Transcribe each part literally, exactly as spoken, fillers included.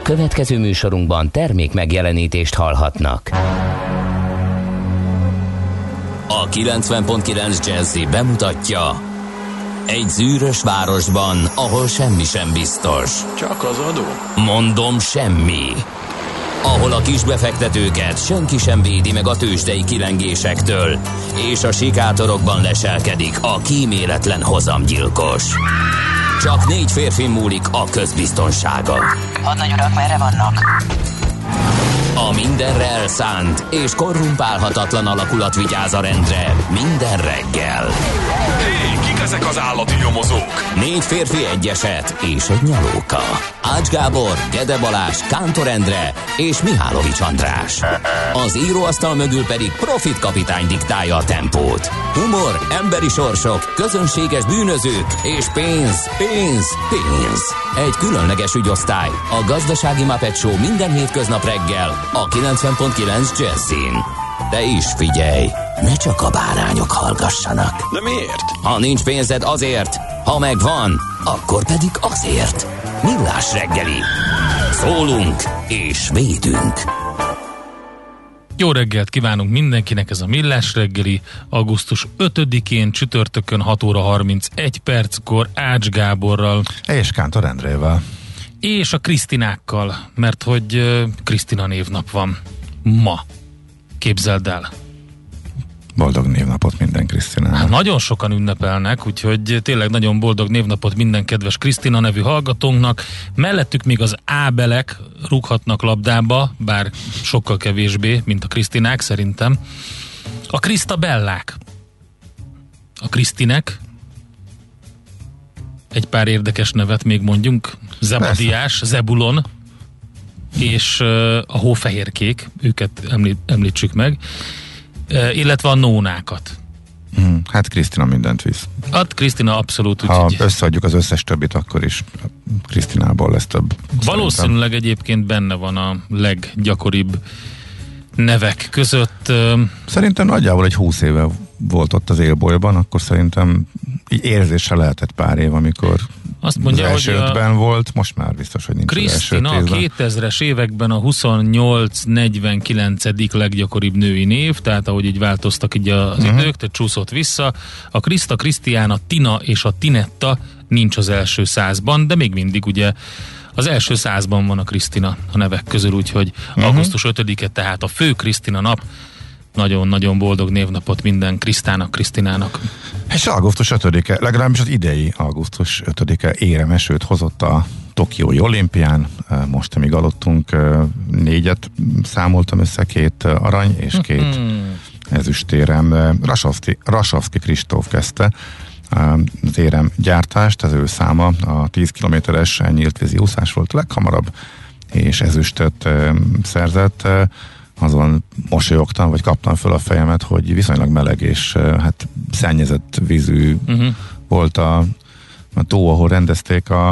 Következő műsorunkban termék megjelenítést hallhatnak. A kilencven pont kilenc Jazzy bemutatja: egy zűrös városban, ahol semmi sem biztos. Csak az adó? Mondom, semmi. Ahol a kisbefektetőket senki sem védi meg a tőzsdei kilengésektől, és a sikátorokban leselkedik a kíméletlen hozamgyilkos. Csak négy férfi múlik a közbiztonsága. Hadnagy urak, merre vannak? A mindenre elszánt és korrumpálhatatlan alakulat vigyáz a rendre minden reggel. Hé, kik ezek az állati nyomozók? Négy férfi, egy eset és egy nyalóka. Ács Gábor, Gede Balázs, Kántor Endre és Mihálovics András. Az íróasztal mögül pedig Profit kapitány diktálja a tempót. Humor, emberi sorsok, közönséges bűnözők és pénz, pénz, pénz. Egy különleges ügyosztály, a Gazdasági Muppet Show minden hétköznap reggel a kilencven pont kilenc Jazzyn. De is figyelj, ne csak a bárányok hallgassanak. De miért? Ha nincs pénzed, azért, ha megvan, akkor pedig azért. Millás reggeli. Szólunk és védünk. Jó reggelt kívánunk mindenkinek, ez a Millás reggeli, augusztus ötödikén, csütörtökön hat óra harmincegy perckor Ács Gáborral. És Kántor Endrével. És a Krisztinákkal, mert hogy uh, Krisztina névnap van ma. Képzeld el. Boldog névnapot minden Krisztinának. Hát nagyon sokan ünnepelnek, úgyhogy tényleg nagyon boldog névnapot minden kedves Krisztina nevű hallgatónknak. Mellettük még az Ábelek rúghatnak labdába, bár sokkal kevésbé, mint a Krisztinák szerintem. A Krisztabellák. A Krisztinek. Egy pár érdekes nevet még mondjunk. Zebadiás, Zebulon és uh, a Hófehérkék, őket említ, említsük meg. Uh, illetve a Nónákat. Hmm, hát Krisztina mindent visz. Hát Krisztina abszolút. Ha úgy, összeadjuk az összes többit, akkor is Krisztinából lesz több. Valószínűleg szerintem. Egyébként benne van a leggyakoribb nevek között. Szerintem nagyjából egy húsz éve volt ott az élbolyban, akkor szerintem így érzésre lehetett pár év, amikor azt mondja, az első hogy ötben volt, most már biztos, hogy nincs Krisztina az első a kétezres években a huszonnyolc negyvenkilencedik leggyakoribb női név, tehát ahogy így változtak így az uh-huh. idők, tehát csúszott vissza. A Kriszta, Krisztiána, Tina és a Tinetta nincs az első százban, de még mindig ugye az első százban van a Krisztina a nevek közül, úgyhogy uh-huh. augusztus ötödike, tehát a fő Krisztina nap. Nagyon-nagyon boldog névnapot minden Krisztának, Krisztinának. És augusztus ötödike, legalábbis az idei augusztus ötödike éremesőt hozott a Tokiói olimpián. Most, amíg aludtunk, négyet számoltam össze, két arany és két hmm. ezüstérem. Rasovszki, Rasovszki Kristóf kezdte az érem gyártást, az ő száma a tíz kilométeres nyílt vízi úszás volt leghamarabb, és ezüstöt szerzett. Azon mosolyogtam, vagy kaptam föl a fejemet, hogy viszonylag meleg és hát szennyezett vízű uh-huh. volt a, a tó, ahol rendezték a,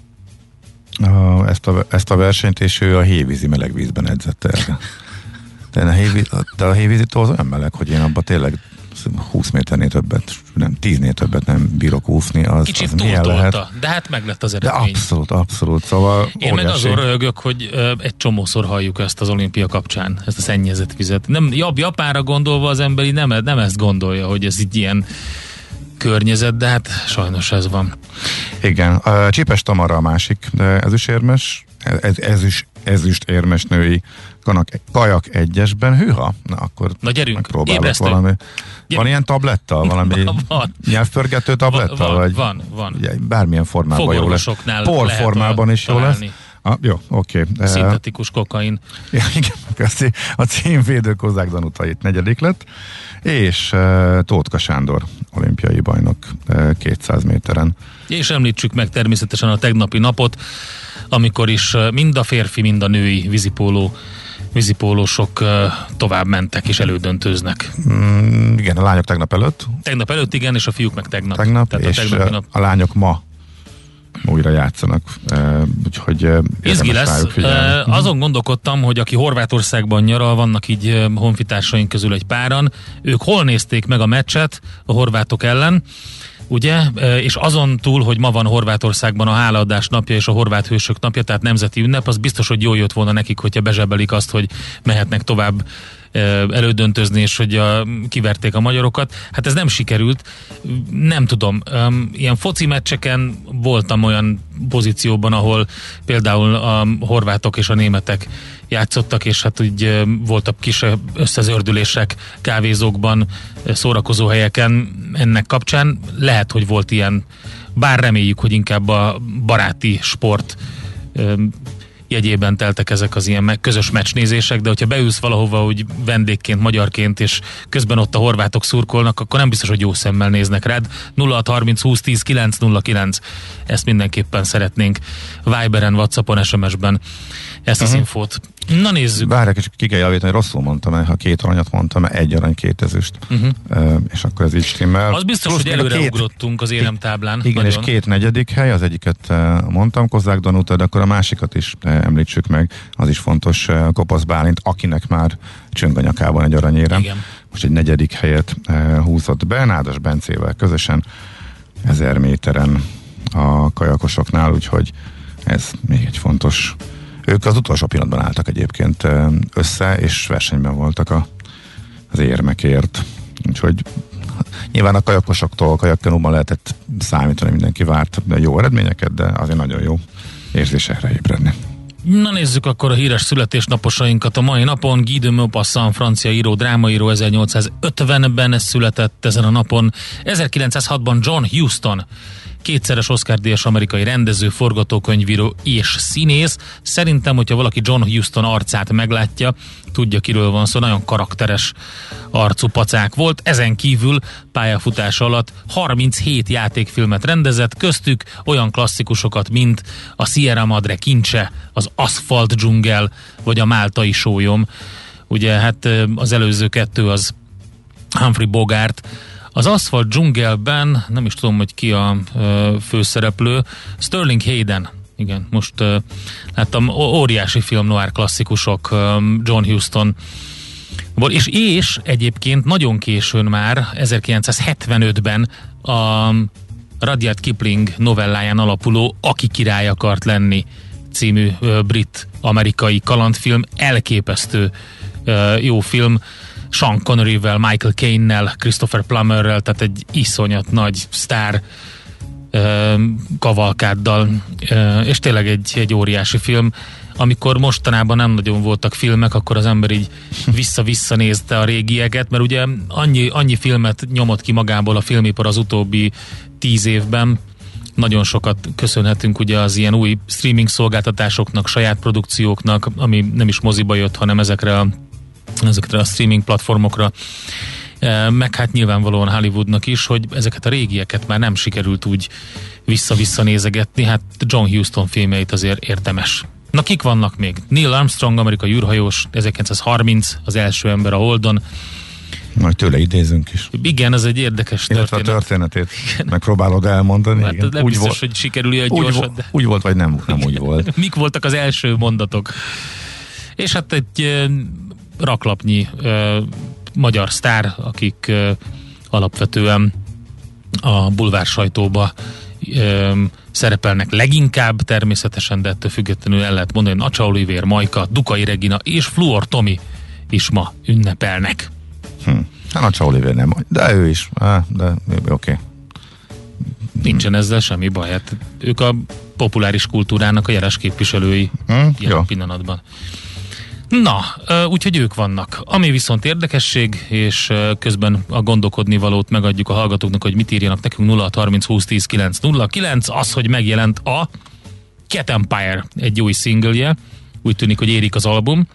a, ezt, a, ezt a versenyt, és ő a hévízi meleg vízben edzett el. De a, hévíz, de a hévízi tó az olyan meleg, hogy én abban tényleg húsz méternél többet, nem tíznél többet nem bírok úszni. Az, kicsit az milyen lehet. De hát meg lett az eredmény. De abszolút, abszolút. Szóval én óriási. Meg azon röhögök, hogy uh, egy csomószor halljuk ezt az olimpia kapcsán, ezt a szennyezett vizet. Nem, Japánra gondolva az ember nem, nem ezt gondolja, hogy ez így ilyen környezet, de hát sajnos ez van. Igen. Uh, Csipes Tamara a másik ezüstérmes, ez, ezüst, ezüstérmes női kanak, kajak egyesben. Hűha? Na akkor Na gyerünk, megpróbálok ébresztő. valami. Gyerünk. Van ilyen tabletta? Valami van. Nyelvpörgető tabletta? Van, vagy van, van. Ugye, bármilyen formában jó lesz. Porformában is jó lesz. Ah, jó, oké. Okay. Szintetikus kokain. Ja, igen, a címvédők hozzák Danutait negyedik lett, és uh, Tótka Sándor olimpiai bajnok uh, kétszáz méteren. És említsük meg természetesen a tegnapi napot, amikor is mind a férfi, mind a női vízipóló vízipólósok uh, tovább mentek és elődöntőznek. Mm, igen, a lányok tegnap előtt. Tegnap előtt, igen, és a fiúk meg tegnap. Tegnap, Tehát és a, nap. a lányok ma újra játszanak. Uh, úgyhogy uh, izgi lesz. Uh, azon gondolkodtam, hogy aki Horvátországban nyaral, vannak így uh, honfitársaink közül egy páran, ők hol nézték meg a meccset a horvátok ellen, ugye, és azon túl, hogy ma van Horvátországban a hálaadás napja és a horvát hősök napja, tehát nemzeti ünnep, az biztos, hogy jól jött volna nekik, hogyha bezsebelik azt, hogy mehetnek tovább elődöntözni, és hogy a, kiverték a magyarokat. Hát ez nem sikerült. Nem tudom. Um, ilyen foci meccseken voltam olyan pozícióban, ahol például a horvátok és a németek játszottak, és hát úgy voltak kis összezördülések kávézókban, szórakozó helyeken ennek kapcsán. Lehet, hogy volt ilyen, bár reméljük, hogy inkább a baráti sport um, jegyében teltek ezek az ilyen közös meccsnézések, de hogyha beülsz valahova úgy vendégként, magyarként, és közben ott a horvátok szurkolnak, akkor nem biztos, hogy jó szemmel néznek rád. nulla hat harminc húsz tíz kilenc nulla kilenc. Ezt mindenképpen szeretnénk Viberen, WhatsAppon, es em es-ben ezt az uh-huh. infót. Na nézzük. Várják, és ki kell javítani, rosszul mondtam, ha két aranyat mondtam, egy arany, két ezüst. Uh-huh. Uh, és akkor ez így stimmel. Az biztos, plusz, hogy előre két, ugrottunk az éremtáblán. Igen, nagyon. És két negyedik hely, az egyiket uh, mondtam, Kozzák Danuta, de akkor a másikat is uh, említsük meg, az is fontos, uh, Kopasz Bálint, akinek már csöng a nyakában egy aranyérem. Igen. Most egy negyedik helyet uh, húzott be, Nádas Bencével közösen ezer méteren a kajakosoknál, úgyhogy ez még egy fontos. Ők az utolsó pillanatban álltak egyébként össze, és versenyben voltak a, az érmekért. Úgyhogy nyilván a kajakosoktól, kajakkenóban lehetett számítani, mindenki várt de jó eredményeket, de azért nagyon jó érzés erre ébredni. Na nézzük akkor a híres születésnaposainkat a mai napon. Guy de Maupassant, francia író, drámaíró, ezernyolcszázötvenben született ezen a napon. ezerkilencszázhatban John Huston, kétszeres Oscar-díjas amerikai rendező, forgatókönyvíró és színész. Szerintem, hogyha valaki John Huston arcát meglátja, tudja, kiről van szó, nagyon karakteres arcú pacák volt. Ezen kívül pályafutása alatt harminchét játékfilmet rendezett, köztük olyan klasszikusokat, mint a Sierra Madre kincse, az Aszfalt dzsungel, vagy a Máltai sólyom. Ugye hát az előző kettő az Humphrey Bogart. Az Aszfalt dzsungelben, nem is tudom, hogy ki a ö, főszereplő, Sterling Hayden. Igen, most ö, láttam, óriási film noir klasszikusok, ö, John Huston. És, és egyébként nagyon későn már, ezerkilencszázhetvenötben a Rudyard Kipling novelláján alapuló Aki király akart lenni című ö, brit-amerikai kalandfilm, elképesztő ö, jó film, Sean Conneryvel, Michael Caine-nel, Christopher Plummerrel, tehát egy iszonyat nagy sztár ö, kavalkáddal, ö, és tényleg egy, egy óriási film. Amikor mostanában nem nagyon voltak filmek, akkor az ember így vissza-vissza nézte a régieket, mert ugye annyi, annyi filmet nyomott ki magából a filmipar az utóbbi tíz évben. Nagyon sokat köszönhetünk ugye az ilyen új streaming szolgáltatásoknak, saját produkcióknak, ami nem is moziba jött, hanem ezekre a ezekre a streaming platformokra, meg hát nyilvánvalóan Hollywoodnak is, hogy ezeket a régieket már nem sikerült úgy vissza-vissza nézegetni, hát John Huston filmjeit azért érdemes. Na, kik vannak még? Neil Armstrong, amerikai űrhajós, ezerkilencszázharminc, az első ember a Holdon. Majd tőle idézünk is. Igen, ez egy érdekes történet. Illetve a történetét igen. Megpróbálod elmondani. Hát igen. nem úgy biztos, volt, hogy sikerül ilyen úgy gyorsan. De... Úgy volt, vagy nem, nem úgy volt. Mik voltak az első mondatok? És hát egy raklapnyi ö, magyar sztár, akik ö, alapvetően a bulvár sajtóba ö, szerepelnek leginkább természetesen, de ettől függetlenül el lehet mondani, Acsa Olivér, Majka, Dukai Regina és Fluor Tomi is ma ünnepelnek. Hm. Hát Acsa Olivér nem, de ő is. Ah, de oké. Okay. Nincsen ezzel semmi baj. Hát ők a populáris kultúrának a jeles képviselői hm? jelen Jó. pillanatban. Na, úgyhogy ők vannak. Ami viszont érdekesség, és közben a gondolkodni valót megadjuk a hallgatóknak, hogy mit írjanak nekünk. Nulla hat harminc húsz tíz kilenc nulla kilenc, az, hogy megjelent a Cat Empire, egy új szingleje. Úgy tűnik, hogy érik az album.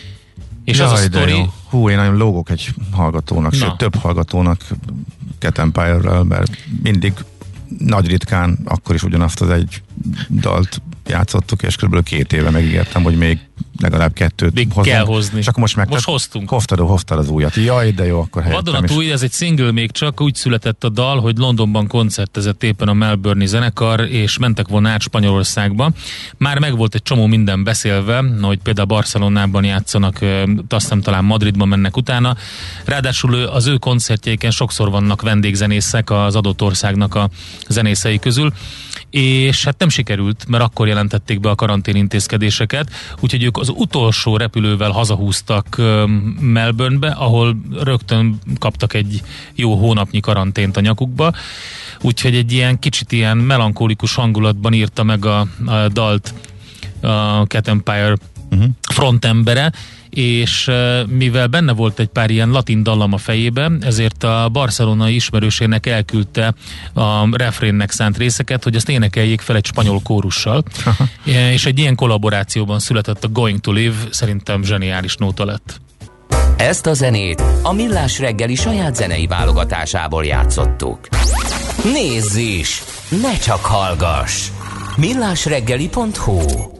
És Jaj, az a sztori... Hú, én nagyon lógok egy hallgatónak, Na. sőt több hallgatónak Cat Empire-rel, mert mindig nagy ritkán akkor is ugyanazt az egy dalt játszottuk, és kb. két éve megígértem, hogy még legalább kettőt Még hozunk. kell hozni. És akkor most meg most hoztunk. Hoztad, hoztad az újat. Jaj, de jó, akkor helyettem is. Vadonatúj, ez egy single még csak, úgy született a dal, hogy Londonban koncertezett éppen a Melbourne-i zenekar, és mentek volna át Spanyolországba. Már meg volt egy csomó minden beszélve, hogy például Barcelonában játszanak, azt hiszem talán Madridban mennek utána. Ráadásul az ő koncertjeiken sokszor vannak vendégzenészek az adott országnak a zenészei közül, és hát nem sikerült, mert akkor jelentették be a karantén intézkedéseket, úgyhogy ők az utolsó repülővel hazahúztak Melbournebe, ahol rögtön kaptak egy jó hónapnyi karantént a nyakukba, úgyhogy egy ilyen kicsit ilyen melankolikus hangulatban írta meg a, a dalt a Cat Empire uh-huh. frontembere, és mivel benne volt egy pár ilyen latin dallam a fejében, ezért a barcelonai ismerősének elküldte a refrénnek szánt részeket, hogy azt énekeljék fel egy spanyol kórussal, aha. és egy ilyen kollaborációban született a Going to Live, szerintem zseniális nóta lett. Ezt a zenét a Millás reggeli saját zenei válogatásából játszottuk. Nézz is! Ne csak hallgass! millásreggeli pont hu.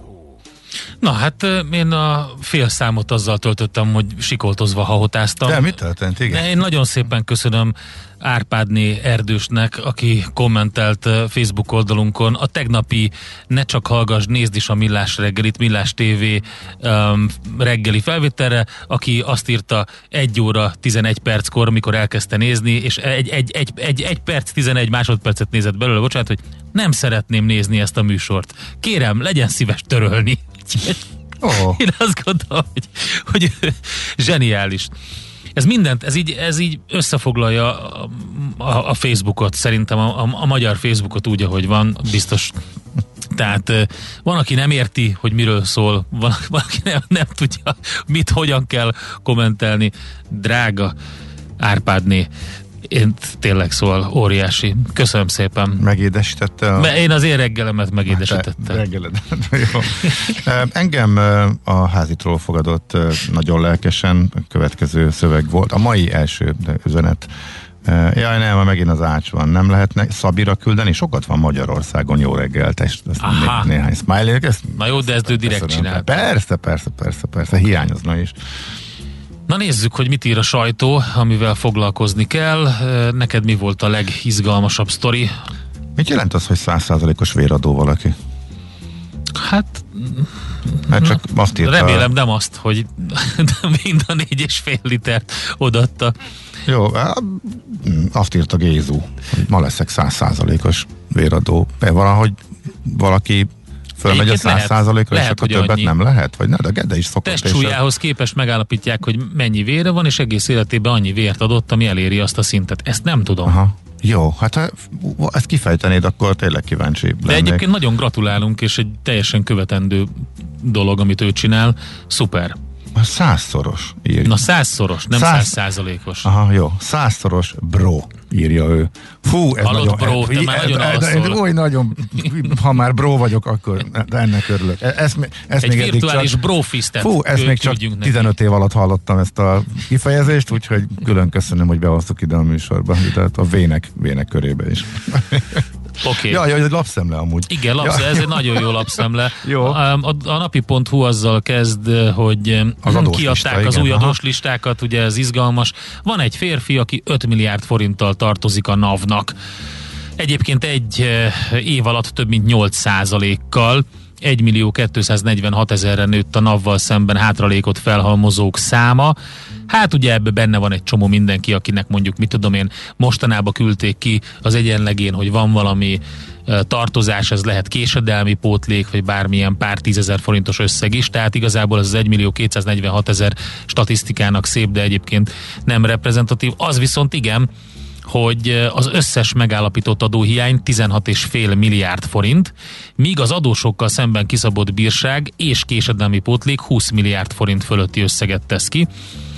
Na hát én a fél számot azzal töltöttem, hogy sikoltozva hahotáztam. De mit történt? Igen. De én nagyon szépen köszönöm Árpádné Erdősnek, aki kommentelt Facebook oldalunkon a tegnapi Ne csak hallgass, nézd is a Millás reggelit, Millás té vé um, reggeli felvételre, aki azt írta egy óra tizenegy perckor, mikor elkezdte nézni, és egy, egy, egy, egy, egy perc tizenegy másodpercet nézett belőle, bocsánat, hogy nem szeretném nézni ezt a műsort. Kérem, legyen szíves törölni. Oh. Én azt gondolom, hogy, hogy zseniális. Ez mindent, ez így, ez így összefoglalja a, a, a Facebookot, szerintem a, a, a magyar Facebookot úgy, ahogy van, biztos. Tehát van, aki nem érti, hogy miről szól, van, van aki nem, nem tudja, mit, hogyan kell kommentelni. Drága Árpádné, én tényleg szól, óriási. Köszönöm szépen. Megédesítette a... Én az én reggelemet megédesítettem. Reggeled. Jó. Engem a házitról fogadott nagyon lelkesen, következő szöveg volt. A mai első üzenet. Jaj, nem, megint az ács van. Nem lehetne Szabira küldeni? Sokat van Magyarországon, jó reggelt. Ezt né- néhány smiley. Na jó, de ezt ő direkt csinál. Persze, persze, persze, persze, hiányozna is. Na nézzük, hogy mit ír a sajtó, amivel foglalkozni kell. Neked mi volt a legizgalmasabb sztori? Mit jelent az, hogy száz százalékos véradó valaki? Hát... Mert csak azt írta... Remélem nem azt, hogy mind a négy és fél litert odatta. Jó, azt írta Gézu, hogy ma leszek száz százalékos véradó. De valahogy valaki fölmegy a száz százalékra, és akkor többet annyi. Nem lehet? Vagy ne, de Gede is szokott. Testsúlyához képest megállapítják, hogy mennyi vére van, és egész életében annyi vért adott, ami eléri azt a szintet. Ezt nem tudom. Aha. Jó, hát ha ezt kifejtenéd, akkor tényleg kíváncsi lennék. De egyébként nagyon gratulálunk, és egy teljesen követendő dolog, amit ő csinál. Szuper. Százszoros írja. Na százszoros, nem száz százalékos. Aha, jó. Százszoros bro, írja ő. Fú, ez Hallott nagyon... bro, te már nagyon alszol. Oly nagyon, ha már bro vagyok, akkor ennek örülök. Ezt, ezt egy még virtuális csak, brofistet. Fú, ezt még csak tizenöt év alatt hallottam ezt a kifejezést, úgyhogy külön köszönöm, hogy behoztuk ide a műsorba, tehát a vének, vének körébe is. Okay. Ja, ja, egy lapszemle amúgy. Igen, lapszemle, ja. Ez egy nagyon jó lapszemle. Jó. A, a, a napi pont hu azzal kezd, hogy az kiadták lista, az igen, új adós listákat, ugye ez izgalmas. Van egy férfi, aki öt milliárd forinttal tartozik a NAV-nak. Egyébként egy év alatt több mint nyolc százalékkal, egymillió kétszáznegyvenhat ezerre nőtt a NAV-val szemben hátralékot felhalmozók száma. Hát ugye ebbe benne van egy csomó mindenki, akinek mondjuk, mit tudom én, mostanában küldték ki az egyenlegén, hogy van valami uh, tartozás, ez lehet késedelmi pótlék, vagy bármilyen pár tízezer forintos összeg is, tehát igazából az egymillió kétszáznegyvenhat ezer statisztikának szép, de egyébként nem reprezentatív. Az viszont igen, hogy az összes megállapított adóhiány tizenhat egész öt milliárd forint, míg az adósokkal szemben kiszabott bírság és késedelmi pótlék húsz milliárd forint fölötti összeget tesz ki.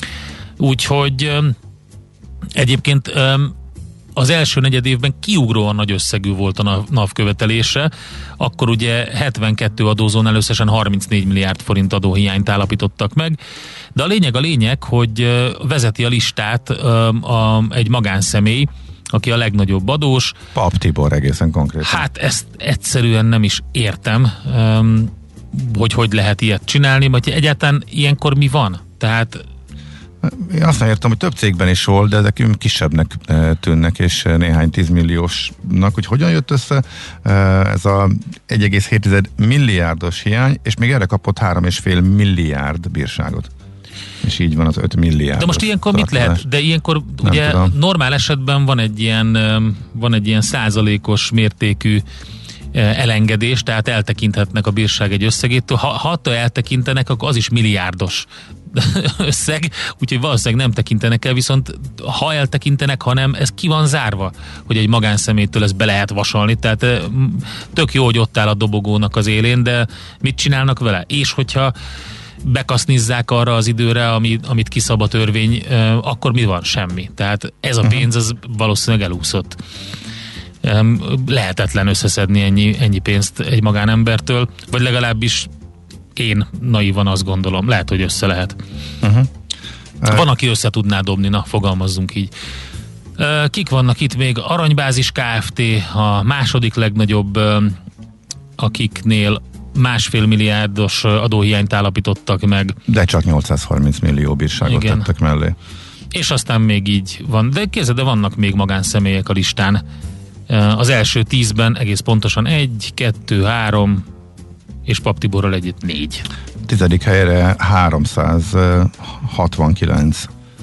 Úgyhogy egyébként az első negyed évben kiugróan nagy összegű volt a NAV követelése, akkor ugye hetvenkettő adózónál összesen harmincnégy milliárd forint adóhiányt állapítottak meg, de a lényeg a lényeg, hogy vezeti a listát a, egy magánszemély, aki a legnagyobb adós. Pap Tibor egészen konkrétan. Hát ezt egyszerűen nem is értem. hogy hogy lehet ilyet csinálni, vagy egyáltalán ilyenkor mi van? Tehát én azt nem értem, hogy több cégben is volt, de ezek kisebbnek tűnnek, és néhány tízmilliósnak, hogy hogyan jött össze ez a egy egész hét milliárdos hiány, és még erre kapott három és fél milliárd bírságot. És így van az öt milliárd. De most ilyenkor mit lehet? De ilyenkor nem ugye tudom. Normál esetben van egy ilyen, van egy ilyen százalékos mértékű elengedés, tehát eltekinthetnek a bírság egy összegétől. Ha, ha attól eltekintenek, akkor az is milliárdos összeg, úgyhogy valószínűleg nem tekintenek el, viszont ha eltekintenek, hanem ez ki van zárva, hogy egy magánszemélytől ezt be lehet vasalni, tehát tök jó, hogy ott áll a dobogónak az élén, de mit csinálnak vele? És hogyha bekasznizzák arra az időre, ami, amit kiszab a törvény, akkor mi van? Semmi. Tehát ez a pénz az valószínűleg elúszott. Lehetetlen összeszedni ennyi, ennyi pénzt egy magánembertől, vagy legalábbis én naívan azt gondolom. Lehet, hogy össze lehet. Uh-huh. Van, aki össze tudná dobni, na, fogalmazzunk így. Kik vannak itt még? Aranybázis Kft., a második legnagyobb, akiknél másfél milliárdos adóhiányt állapítottak meg. De csak nyolcszázharminc millió bírságot igen. tettek mellé. És aztán még így van. De kézzel, de vannak még magánszemélyek a listán. Az első tízben egész pontosan egy, kettő, három, és Pap Tiborral együtt négy. Tizedik helyre háromszázhatvankilenc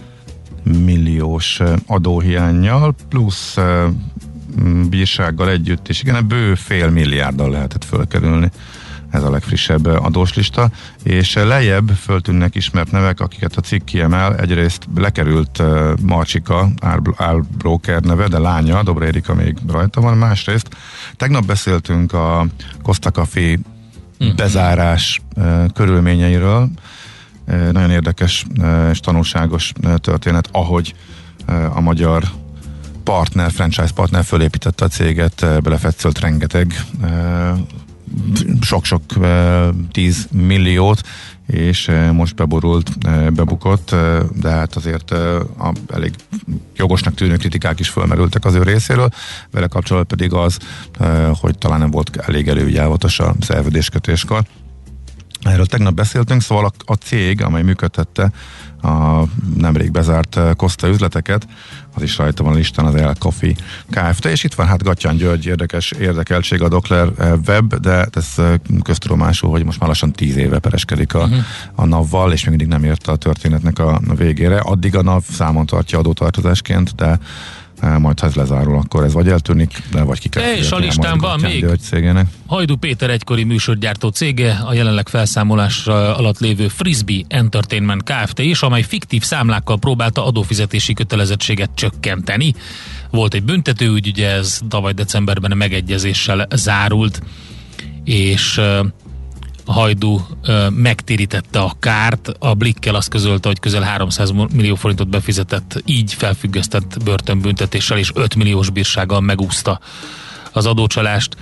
milliós adóhiánnyal, plusz bírsággal együtt, és igen, bő fél milliárddal lehetett fölkerülni. Ez a legfrissebb adóslista, és lejjebb föltűnnek ismert nevek, akiket a cikk kiemel. Egyrészt lekerült Marcsika, árbrokер neve, de lánya, Dobra Erika még rajta van. Másrészt tegnap beszéltünk a Costa Café uh-huh. bezárás uh, körülményeiről. Uh, nagyon érdekes uh, és tanulságos uh, történet, ahogy uh, a magyar partner, franchise partner fölépítette a céget, uh, belefetszölt rengeteg uh, sok-sok uh, tíz milliót, és uh, most beborult, uh, bebukott, uh, de hát azért uh, a elég jogosnak tűnő kritikák is fölmerültek az ő részéről, vele kapcsolatban pedig az, uh, hogy talán nem volt elég előjávatos a szerződéskötéskor. Erről tegnap beszéltünk, szóval a, a cég, amely működtette a nemrég bezárt Costa üzleteket, az is rajta van a listán, az El Coffee Kft. És itt van hát Gattyán György, érdekes érdekeltség a Dokler Web, de ez köztudomású, hogy most már lassan tíz éve pereskedik a, uh-huh. a NAV-val, és még mindig nem ért a történetnek a végére. Addig a NAV számon tartja adótartozásként, de majd ha ez lezárul, akkor ez vagy eltűnik, de vagy ki kell. És a listán van még Hajdú Péter egykori műsorgyártó cége, a jelenleg felszámolás alatt lévő Frisbee Entertainment Kft. is, amely fiktív számlákkal próbálta adófizetési kötelezettséget csökkenteni. Volt egy büntetőügy, ugye ez tavaly decemberben megegyezéssel zárult, és a Hajdú ö, megtérítette a kárt, a Blikkel azt közölte, hogy közel háromszáz millió forintot befizetett, így felfüggesztett börtönbüntetéssel és öt milliós bírsággal megúszta az adócsalást,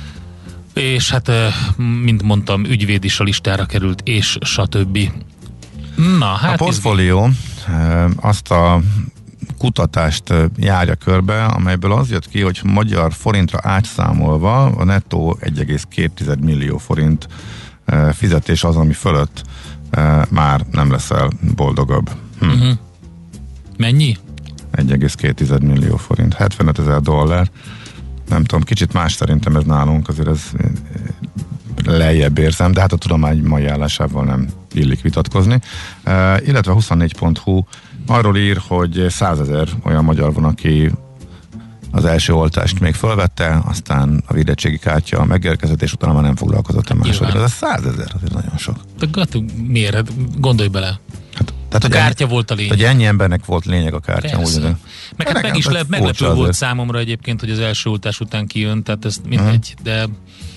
és hát, ö, mint mondtam, ügyvéd is a listára került, és stb. Na, hát a Portfolio azt a kutatást járja körbe, amelyből az jött ki, hogy magyar forintra átszámolva a nettó egy egész két millió forint fizetés az, ami fölött már nem leszel boldogabb. Hm. Uh-huh. Mennyi? egy egész két millió forint. hetvenöt ezer dollár. Nem tudom, kicsit más szerintem ez nálunk, azért ez lejjebb érzem, de hát a tudomány mai állásával nem illik vitatkozni. Uh, illetve huszonnégy pont hu arról ír, hogy százezer olyan magyar van, aki az első oltást még fölvette, aztán a védettségi kártya megérkezett, és utána már nem foglalkozott a második. Ez a százezer, azért nagyon sok. De gatu, miért? Gondolj bele. Hát, tehát, a kártya ennyi, volt a lényeg. Hogy ennyi embernek volt lényeg a kártya. Úgy, de... Meg, hát meg is le, meglepő volt azért számomra egyébként, hogy az első oltás után kijön, tehát ez mindegy, uh-huh. de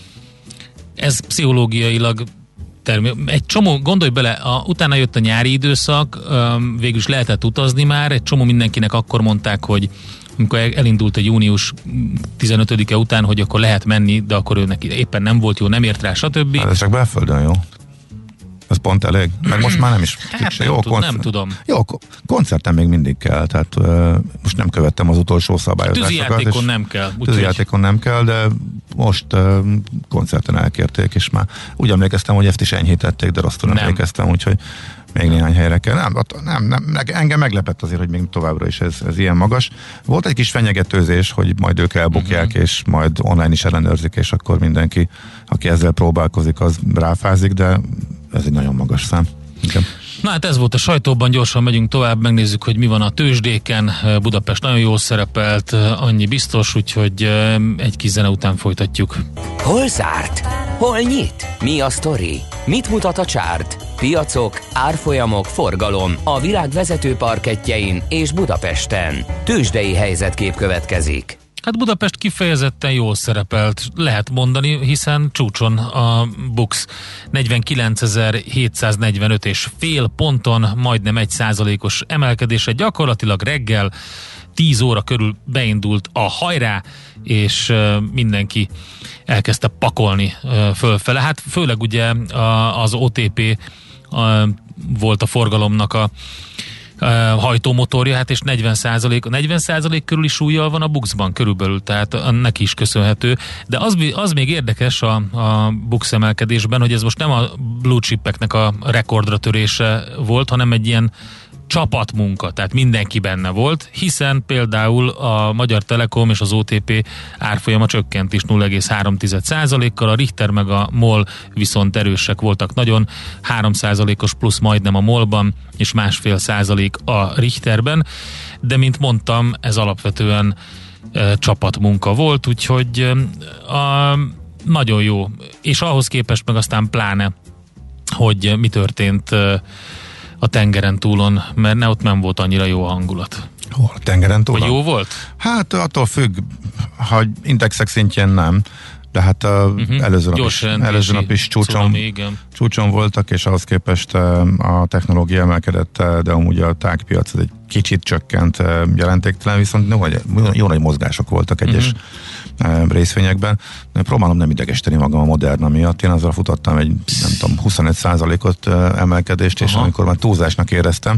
ez pszichológiailag termé- egy csomó, gondolj bele, a, utána jött a nyári időszak, um, végül is lehetett utazni már, egy csomó mindenkinek akkor mondták, hogy amikor elindult a június tizenötödike után, hogy akkor lehet menni, de akkor ő neki éppen nem volt jó, nem ért rá, stb. Hát ez csak belföldön jó. Ez pont elég. Meg most már nem is hát nem, jó, tud, koncert... nem tudom. Jó, koncerten még mindig kell, tehát uh, most nem követtem az utolsó szabályozásokat. Tűzijátékon nem kell. Tűzijátékon nem kell, de most uh, koncerten elkérték, és már úgy emlékeztem, hogy ezt is enyhítették, de rosszul emlékeztem, úgyhogy még néhány helyre kell. Nem, nem, nem, engem meglepett azért, hogy még továbbra is ez, ez ilyen magas. Volt egy kis fenyegetőzés, hogy majd ők elbukják, uh-huh. és majd online is ellenőrzik, és akkor mindenki, aki ezzel próbálkozik, az ráfázik, de ez egy nagyon magas szám. Igen. Na hát ez volt a sajtóban, gyorsan megyünk tovább, megnézzük, hogy mi van a tőzsdéken. Budapest nagyon jól szerepelt, annyi biztos, úgyhogy egy kis zene után folytatjuk. Hol zárt? Hol nyit? Mi a sztori? Mit mutat a csárt? Piacok, árfolyamok, forgalom a világ vezető parkettjein és Budapesten. Tőzsdei helyzetkép következik. Hát Budapest kifejezetten jól szerepelt, lehet mondani, hiszen csúcson a BUX negyvenkilencezer-hétszáznegyvenöt és fél ponton, majdnem egy százalékos emelkedése, gyakorlatilag reggel tíz óra körül beindult a hajrá, és mindenki elkezdte pakolni fölfele. Hát főleg ugye az o té pé volt a forgalomnak a hajtómotorja, hát és negyven százalék, negyven százalék körüli súllyal van a BUX-ban körülbelül, tehát neki is köszönhető. De az, az még érdekes a, a BUX emelkedésben, hogy ez most nem a blue chipeknek a rekordra törése volt, hanem egy ilyen csapatmunka, tehát mindenki benne volt, hiszen például a Magyar Telekom és az o té pé árfolyama csökkent is nulla egész három százalékkal, a Richter meg a MOL viszont erősek voltak nagyon, három százalékos plusz majdnem a MOL-ban, és másfél százalék a Richterben, de mint mondtam, ez alapvetően e, csapatmunka volt, úgyhogy e, a, nagyon jó, és ahhoz képest meg aztán pláne, hogy mi történt e, a tengeren túlon, mert ne, ott nem volt annyira jó a hangulat. Hol a tengeren túlon? Vagy jó volt? Hát attól függ, ha indexek szintjén nem, de hát uh-huh. előző, nap is, előző nap is csúcson, csúcson voltak, és ahhoz képest a technológia emelkedett, de amúgy a tágpiac egy kicsit csökkent jelentéktelen, viszont jó, jó nagy mozgások voltak egyes uh-huh. részvényekben. Próbálom nem idegesíteni magam a Moderna miatt. Én azzal futottam egy, nem tudom, huszonöt százalékot emelkedést, és Aha. amikor már túlzásnak éreztem,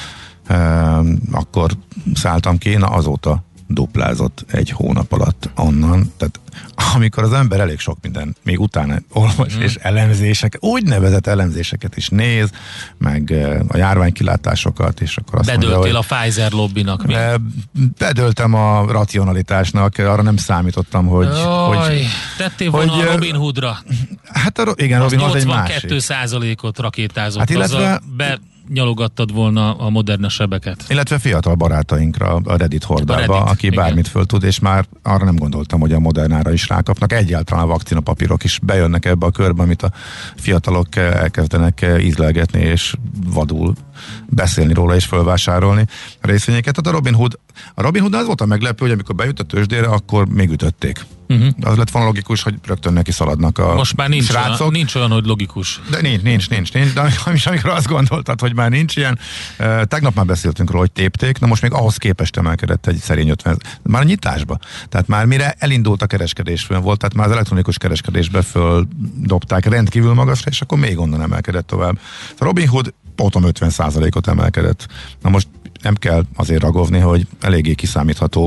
akkor szálltam ki, na azóta duplázott egy hónap alatt onnan, tehát amikor az ember elég sok minden még utána olvas, mm. és elemzéseket, úgynevezett elemzéseket is néz, meg a járványkilátásokat, és akkor azt Bedöltél mondja, a Pfizer lobbinak, mi? Bedöltem a racionalitásnak, arra nem számítottam, hogy... Jaj, hogy tettél volna hogy, a Robin Hoodra. Hát a, igen, Robin Hood egy másik. nyolcvankettő százalékot rakétázott, hát illetve, be nyalogattad volna a Moderna sebeket. Illetve fiatal barátainkra a Reddit hordába, a Reddit, aki igen. bármit föl tud, és már arra nem gondoltam, hogy a Modernára is rákapnak. Egyáltalán a vakcinapapírok is bejönnek ebbe a körbe, amit a fiatalok elkezdenek ízlelgetni, és vadul beszélni róla és fölvásárolni a részvényeket. Tehát a Robin Hood, a Robin Hood az volt a meglepő, hogy amikor bejött a tőzsdére, akkor még ütötték. Uh-huh. Az lett volna logikus, hogy rögtön neki szaladnak a Most már nincs srácok. Olyan, nincs olyan, hogy logikus. De nincs, nincs, nincs, nincs. De amikor azt gondoltad, hogy már nincs ilyen, uh, tegnap már beszéltünk róla, hogy tépték, na most még ahhoz képest emelkedett egy szerény ötven, már a nyitásba. Tehát már mire elindult a kereskedés föl volt, tehát már az elektronikus kereskedésbe földobták rendkívül magasra, és akkor még onnan emelkedett tovább. A Robin Hood potom ötven százalékot emelkedett. Na most nem kell azért ragovni, hogy eléggé kiszámítható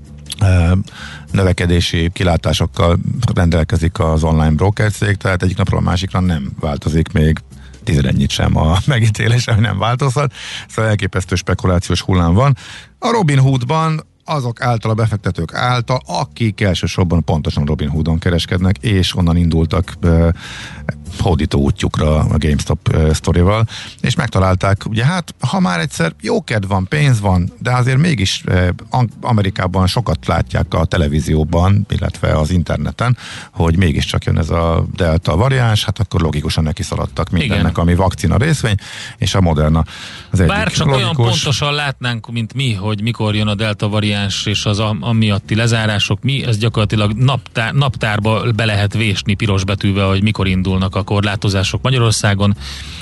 növekedési kilátásokkal rendelkezik az online broker cég, tehát egyik napról a másikra nem változik még tizenegyit sem a megítélés, ami nem változhat. Szóval elképesztő spekulációs hullám van. A Robin Hoodban azok által, a befektetők által, akik elsősorban pontosan Robin Hoodon kereskednek, és onnan indultak uh, hódító útjukra a GameStop uh, sztorival, és megtalálták, ugye hát, ha már egyszer jókedv van, pénz van, de azért mégis uh, Amerikában sokat látják a televízióban, illetve az interneten, hogy mégiscsak jön ez a delta variáns, hát akkor logikusan neki szaladtak mindennek, igen. ami vakcina részvény, és a Moderna az egyik. Bár csak logikus. Olyan pontosan látnánk, mint mi, hogy mikor jön a delta variáns és az amiatti lezárások, mi, ez gyakorlatilag naptár, naptárba be lehet vésni piros betűvel, hogy mikor indulnak a korlátozások Magyarországon.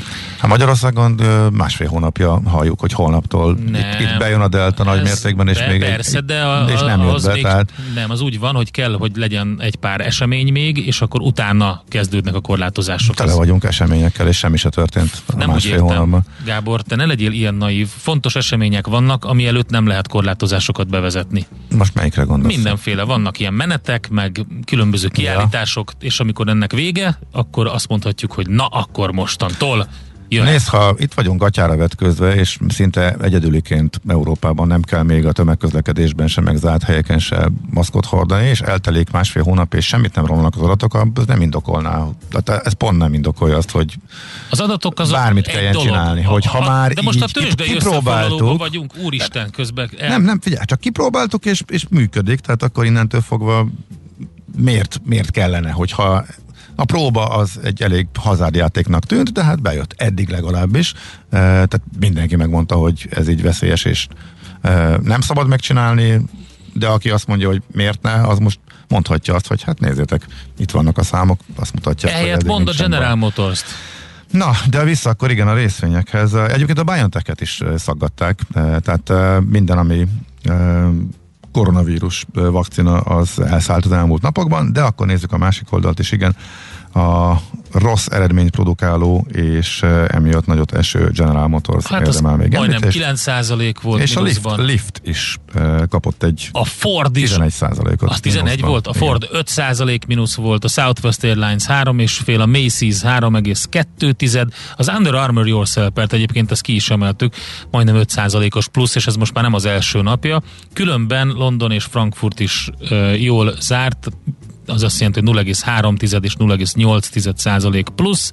Hát Magyarországon másfél hónapja halljuk, hogy holnaptól itt, itt bejön a delta nagy mértékben, és be, még persze, egy, de a, és nem jött az be, még, tehát... Nem, az úgy van, hogy kell, hogy legyen egy pár esemény még, és akkor utána kezdődnek a korlátozások. Tele vagyunk eseményekkel, és semmi se történt a nem másfél úgy értem, hónapban. Gábor, te ne legyél ilyen naív. Fontos események vannak, ami előtt nem lehet korlátozásokat bevezetni. Most melyikre gondolsz? Mindenféle. Vannak ilyen menetek, meg különböző kiállítások, ja. És amikor ennek vége, akkor azt mondhatjuk, hogy na, akkor mostantól jöhet. Nézd, ha itt vagyunk gatyára vetközve, és szinte egyedüliként Európában nem kell még a tömegközlekedésben sem, meg zárt helyeken sem maszkot hordani, és eltelik másfél hónap, és semmit nem romlanak az adatok, az nem indokolná. Tehát ez pont nem indokolja azt, hogy az adatok azok bármit kelljen dolog. csinálni. Hogy ha, ha már de most így a tőzsdei összefoglalóban vagyunk, úristen, közben... El... Nem, nem, figyelj, csak kipróbáltuk, és, és működik, tehát akkor innentől fogva miért, miért kellene, hogyha a próba az egy elég hazárdjátéknak tűnt, de hát bejött eddig legalábbis. E, tehát mindenki megmondta, hogy ez így veszélyes, és e, nem szabad megcsinálni, de aki azt mondja, hogy miért ne, az most mondhatja azt, hogy hát nézzétek, itt vannak a számok, azt mutatják. Ehelyett mond a General Motors-t. Na, de vissza akkor igen a részvényekhez. Egyébként a BioNTech-et is szaggatták, e, tehát e, minden, ami e, koronavírus vakcina az elszállt az elmúlt napokban, de akkor nézzük a másik oldalt is, igen, a rossz eredményt produkáló és emiatt nagyot eső General Motors hát érdemel még majdnem említést. kilenc százalék volt és mínuszban. a Lift, Lift is uh, kapott egy a Ford is tizenegy százalékot. Az tizenegy volt, a Ford igen. öt százalék mínusz volt, a Southwest Airlines három egész öt, a Macy's három egész kettő, az Under Armour Yourself-et egyébként ezt ki is emeltük, majdnem öt százalékos plusz, és ez most már nem az első napja. Különben London és Frankfurt is uh, jól zárt, az azt jelenti, hogy nulla egész három és nulla egész nyolc százalék plusz.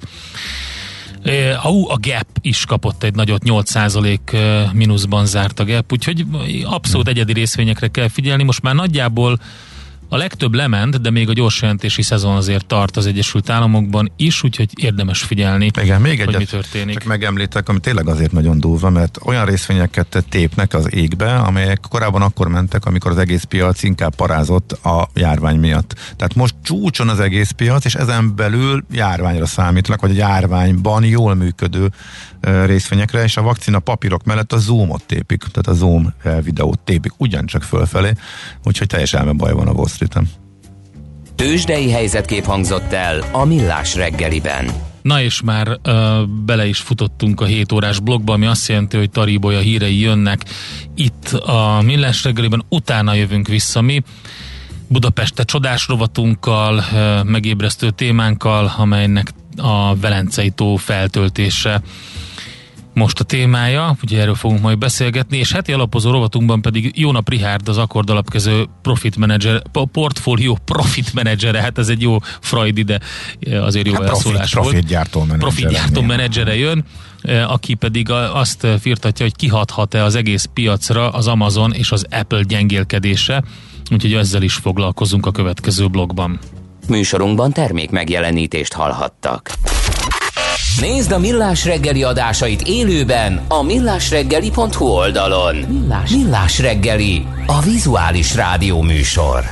A Gap is kapott egy nagyot, nyolc százalék mínuszban zárt a Gap, úgyhogy abszolút egyedi részvényekre kell figyelni. Most már nagyjából a legtöbb lement, de még a gyorsjelentési szezon azért tart az Egyesült Államokban is, úgyhogy érdemes figyelni, igen, még hogy egyet mi történik. Csak megemlítek, ami tényleg azért nagyon durva, mert olyan részvényeket tépnek az égbe, amelyek korábban akkor mentek, amikor az egész piac inkább parázott a járvány miatt. Tehát most csúcson az egész piac, és ezen belül járványra számítanak, vagy a járványban jól működő uh, részvényekre, és a vakcina papírok mellett a Zoomot tépik, tehát a Zoom uh, videót tépik ugyancsak fölfelé, úgyhogy teljes elme baj van a Wall Street-en. Tőzsdei helyzetkép hangzott el a Millás reggeliben. Na és már uh, bele is futottunk a hét órás blogba, ami azt jelenti, hogy Taribolya hírei jönnek itt a Millás reggeliben, utána jövünk vissza mi. Budapeste csodás rovatunkkal, uh, megébresztő témánkkal, amelynek a Velencei tó feltöltése most a témája, ugye erről fogunk majd beszélgetni, és heti alapozó rovatunkban pedig Jónap Richárd, az Akkord alapkező profit manager, portfólió profit menedzsere, hát ez egy jó Freudi, de azért jó hát elszólás profit, volt. Profitgyártó menedzsere. Profitgyártó menedzsere jön, aki pedig azt firtatja, hogy kihathat-e az egész piacra az Amazon és az Apple gyengélkedése, úgyhogy ezzel is foglalkozunk a következő blogban. Műsorunkban termék megjelenítést hallhattak. Nézd a Millás reggeli adásait élőben a millásreggeli pont hu oldalon. Millás, Millás reggeli, a vizuális rádió műsor.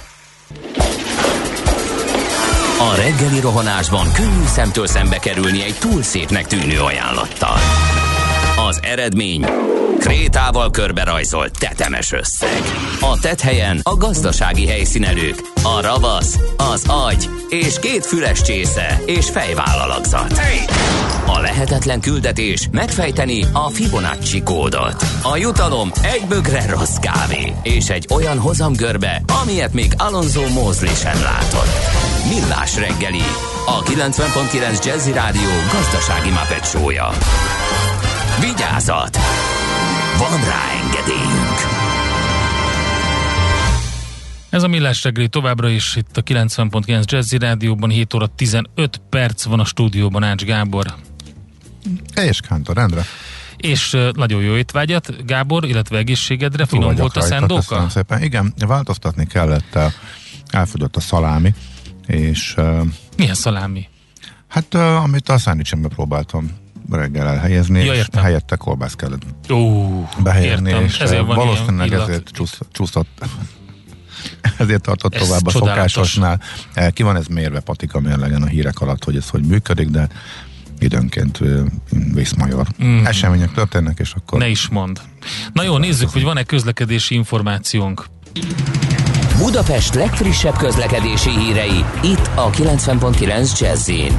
A reggeli rohanásban könnyű szemtől szembe kerülni egy túl szépnek tűnő ajánlattal. Az eredmény krétával körberajzolt tetemes összeg. A tetthelyen a gazdasági helyszínelők, a ravasz, az agy és két füles csésze és fejvállalakzat. A lehetetlen küldetés megfejteni a Fibonacci kódot. A jutalom egy bögre rossz kávé és egy olyan hozamgörbe, amilyet még Alonso Mosley sem látott. Millás reggeli, a kilencven pont kilenc Jazzy Rádió gazdasági Muppet show-ja. Vigyázat! Van rá engedélyünk! Ez a Millás reggeli továbbra is itt a kilencven pont kilenc Jazzy Rádióban, hét óra tizenöt perc van a stúdióban, Ács Gábor. És Kántor Endre. És uh, nagyon jó étvágyat, Gábor, illetve egészségedre, finom volt a rajta, szendóka? Szépen. Igen, változtatni kellett, elfogyott a szalámi, és... Uh, Milyen szalámi? Hát, uh, amit a szendvicsembe próbáltam reggel elhelyezni, ja, és helyette kolbász kellett Ó, behelyezni, értem. és ezért van valószínűleg ezért csúszott, ezért tartott ez tovább a szokásosnál. Ki van ez mérve patika mérlegen a hírek alatt, hogy ez hogy működik, de időnként Vészmajor Mm. események történnek, és akkor... Ne is mond. Na jó, nézzük, hogy van-e közlekedési információnk. Budapest legfrissebb közlekedési hírei, itt a kilencven pont kilenc Jazz-in.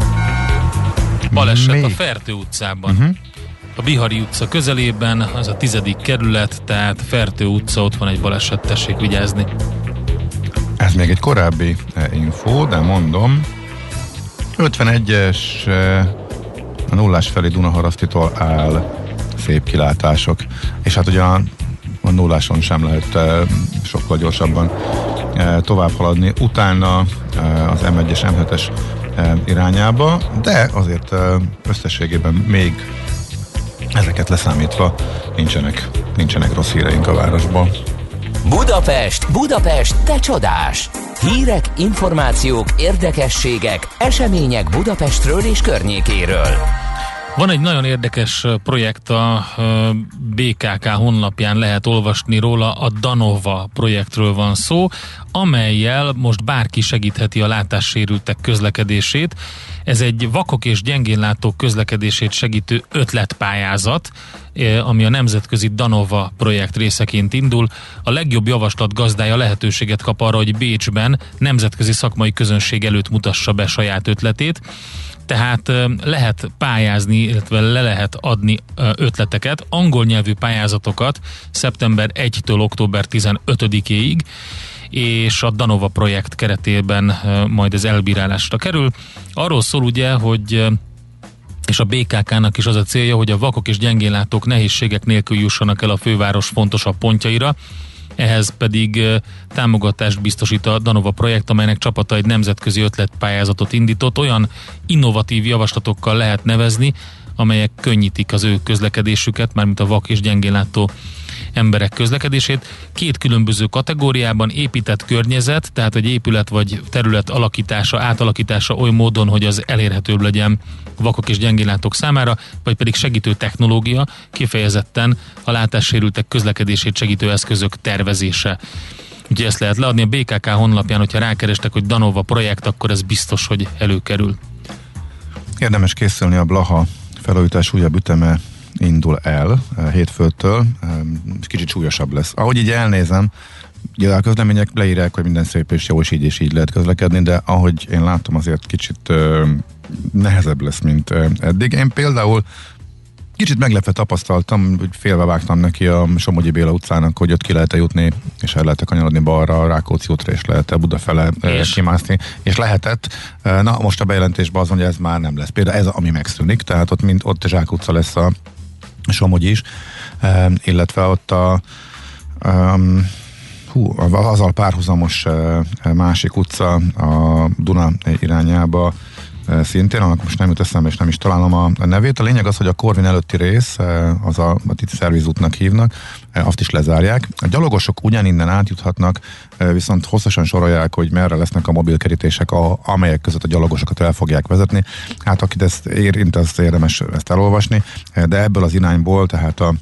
Baleset Még? a Fertő utcában. Uh-huh. A Bihari utca közelében, az a tizedik kerület, tehát Fertő utca, ott van egy baleset, tessék vigyázni. Ez még egy korábbi info, de mondom, ötvenegyes a nullás felé Dunaharasztitól áll, szép kilátások, és hát ugye a, a nulláson sem lehet sokkal gyorsabban tovább haladni, utána az em egyes, em hetes irányába, de azért összességében még ezeket leszámítva nincsenek, nincsenek rossz híreink a városból. Budapest, Budapest, te csodás! Hírek, információk, érdekességek, események Budapestről és környékéről. Van egy nagyon érdekes projekt, a bé ká ká honlapján lehet olvasni róla, a Danova projektről van szó, amellyel most bárki segítheti a látássérültek közlekedését. Ez egy vakok és gyengénlátók közlekedését segítő ötletpályázat, ami a nemzetközi Danova projekt részeként indul. A legjobb javaslat gazdája lehetőséget kap arra, hogy Bécsben nemzetközi szakmai közönség előtt mutassa be saját ötletét. Tehát lehet pályázni, illetve le lehet adni ötleteket, angol nyelvű pályázatokat szeptember elsejétől október tizenötödikéig, és a Danova projekt keretében majd ez elbírálásra kerül. Arról szól ugye, hogy és a bé ká ká-nak is az a célja, hogy a vakok és gyengénlátók nehézségek nélkül jussanak el a főváros fontosabb pontjaira. Ehhez pedig támogatást biztosít a Danova projekt, amelynek csapata egy nemzetközi ötletpályázatot indított. Olyan innovatív javaslatokkal lehet nevezni, amelyek könnyítik az ő közlekedésüket, mármint a vak és gyengénlátó emberek közlekedését. Két különböző kategóriában: épített környezet, tehát egy épület vagy terület alakítása, átalakítása oly módon, hogy az elérhetőbb legyen vakok és gyengénlátók számára, vagy pedig segítő technológia, kifejezetten a látássérültek közlekedését segítő eszközök tervezése. Úgyhogy ezt lehet leadni a bé ká ká honlapján, hogyha rákerestek, hogy Danova projekt, akkor ez biztos, hogy előkerül. Érdemes készülni, a Blaha felújítás újabb üteme indul el hétfőtől, kicsit súlyosabb lesz. Ahogy így elnézem, ugye a közlemények leírják, hogy minden szép és jó, és így és így lehet közlekedni, de ahogy én látom, azért kicsit uh, nehezebb lesz, mint uh, eddig. Én például kicsit meglepve tapasztaltam, hogy félve vágtam neki a Somogyi Béla utcának, hogy ott ki lehet jutni, és el lehet kanyarodni balra, a Rákóczi útra, és lehet Budafele és? kimászni, és lehetett. Na, most a bejelentésben az, hogy ez már nem lesz. Például ez, ami megszűnik, tehát ott, mint, ott a Zsák utca lesz a Somogyi is, illetve ott a um, hú, azzal párhuzamos másik utca a Duna irányába szintén, annak most nem jut eszembe, és nem is találom a nevét. A lényeg az, hogy a Korvin előtti rész, az a, a itt szervizútnak hívnak, azt is lezárják. A gyalogosok ugyaninnen átjuthatnak, viszont hosszasan sorolják, hogy merre lesznek a mobilkerítések, a, amelyek között a gyalogosokat el fogják vezetni. Hát akit ezt érint, azt érdemes ezt elolvasni, de ebből az irányból, tehát a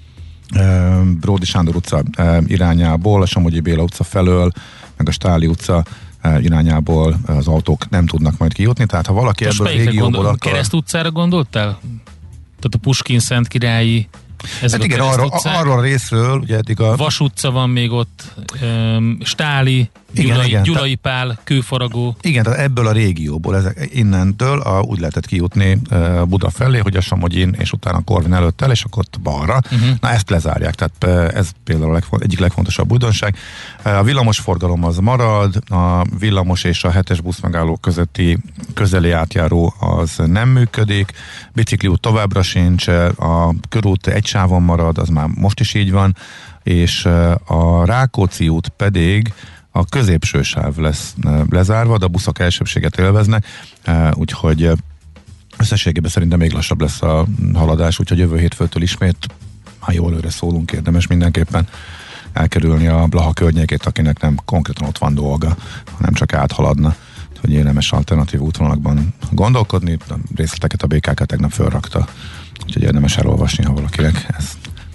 Bródi Sándor utca irányából, a Somogyi Béla utca felől, meg a Stáli utca irányából az autók nem tudnak majd kijutni, tehát ha valaki most ebből a régióból gondol, akar... Kereszt utcára gondoltál? Tehát a Puskin Szentkirályi, ez hát a igen, Kereszt arról, utcák. arról a részről, ugye eddig a... Vas utca van még ott, um, Stáli, Igen, Gyulai, igen, Gyulai Pál, Kőfaragó. Igen, tehát ebből a régióból, ezek, innentől a, úgy lehetett kijutni uh, Buda felé, hogy a Somogyin, és utána a Korvin előtt el, és akkor ott balra. Uh-huh. Na ezt lezárják, tehát uh, ez például a legfont, egyik legfontosabb újdonság. Uh, a villamos forgalom az marad, a villamos és a hetes buszmegálló közötti közeli átjáró az nem működik, bicikliút továbbra sincs, a körút egy sávon marad, az már most is így van, és uh, a Rákóczi út pedig a középső sáv lesz lezárva, de a buszok elsőbséget élveznek, úgyhogy összességében szerintem még lassabb lesz a haladás, úgyhogy jövő hétfőtől ismét, ha jól előre szólunk, érdemes mindenképpen elkerülni a Blaha környékét, akinek nem konkrétan ott van dolga, hanem csak áthaladna, hogy érdemes alternatív útvonalakban gondolkodni. A részleteket a bé ká ká tegnap fölrakta, úgyhogy érdemes elolvasni, ha valakinek ez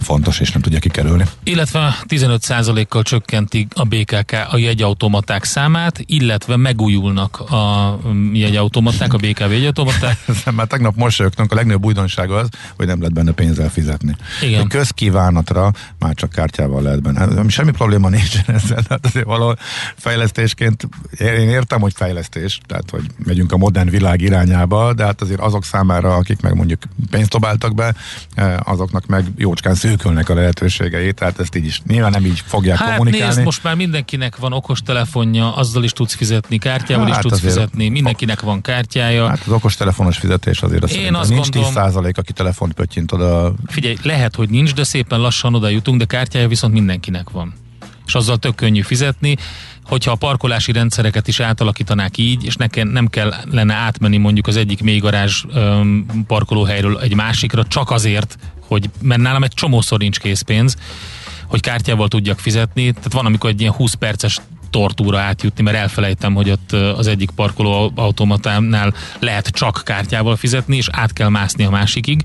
fontos, és nem tudja kikerülni. Illetve tizenöt százalékkal csökkentik a bé ká ká a jegyautomaták számát, illetve megújulnak a jegyautomaták, a bé ká vé jegyautomaták. Már tegnap mosolyogtunk, a legnagyobb újdonság az, hogy nem lehet benne pénzzel fizetni. Igen. Közkívánatra már csak kártyával lehet benne. Semmi probléma nincs ezzel, tehát azért valahol fejlesztésként, én értem, hogy fejlesztés, tehát hogy megyünk a modern világ irányába, de hát azért azok számára, akik meg mondjuk pénzt dobáltak be, azoknak meg jócskán szűkülnek a lehetőségei, tehát ezt így is nyilván nem így fogják hát kommunikálni. Hát nézd, most már mindenkinek van okostelefonja, azzal is tudsz fizetni, kártyával hát is tudsz azért fizetni, mindenkinek van kártyája. Hát az okostelefonos fizetés azért azt Én azt nincs gondolom, tíz százalék, aki telefont pöttyint oda. Figyelj, lehet, hogy nincs, de szépen lassan oda jutunk, de kártyája viszont mindenkinek van. És azzal tök könnyű fizetni, hogyha a parkolási rendszereket is átalakítanák így, és nekem nem kellene átmenni mondjuk az egyik mélygarázs öm, parkolóhelyről egy másikra, csak azért, hogy, mert nálam egy csomószor nincs készpénz, hogy kártyával tudjak fizetni, tehát van, amikor egy ilyen húsz perces tortúra átjutni, mert elfelejtem, hogy ott az egyik parkoló automatánál lehet csak kártyával fizetni, és át kell mászni a másikig.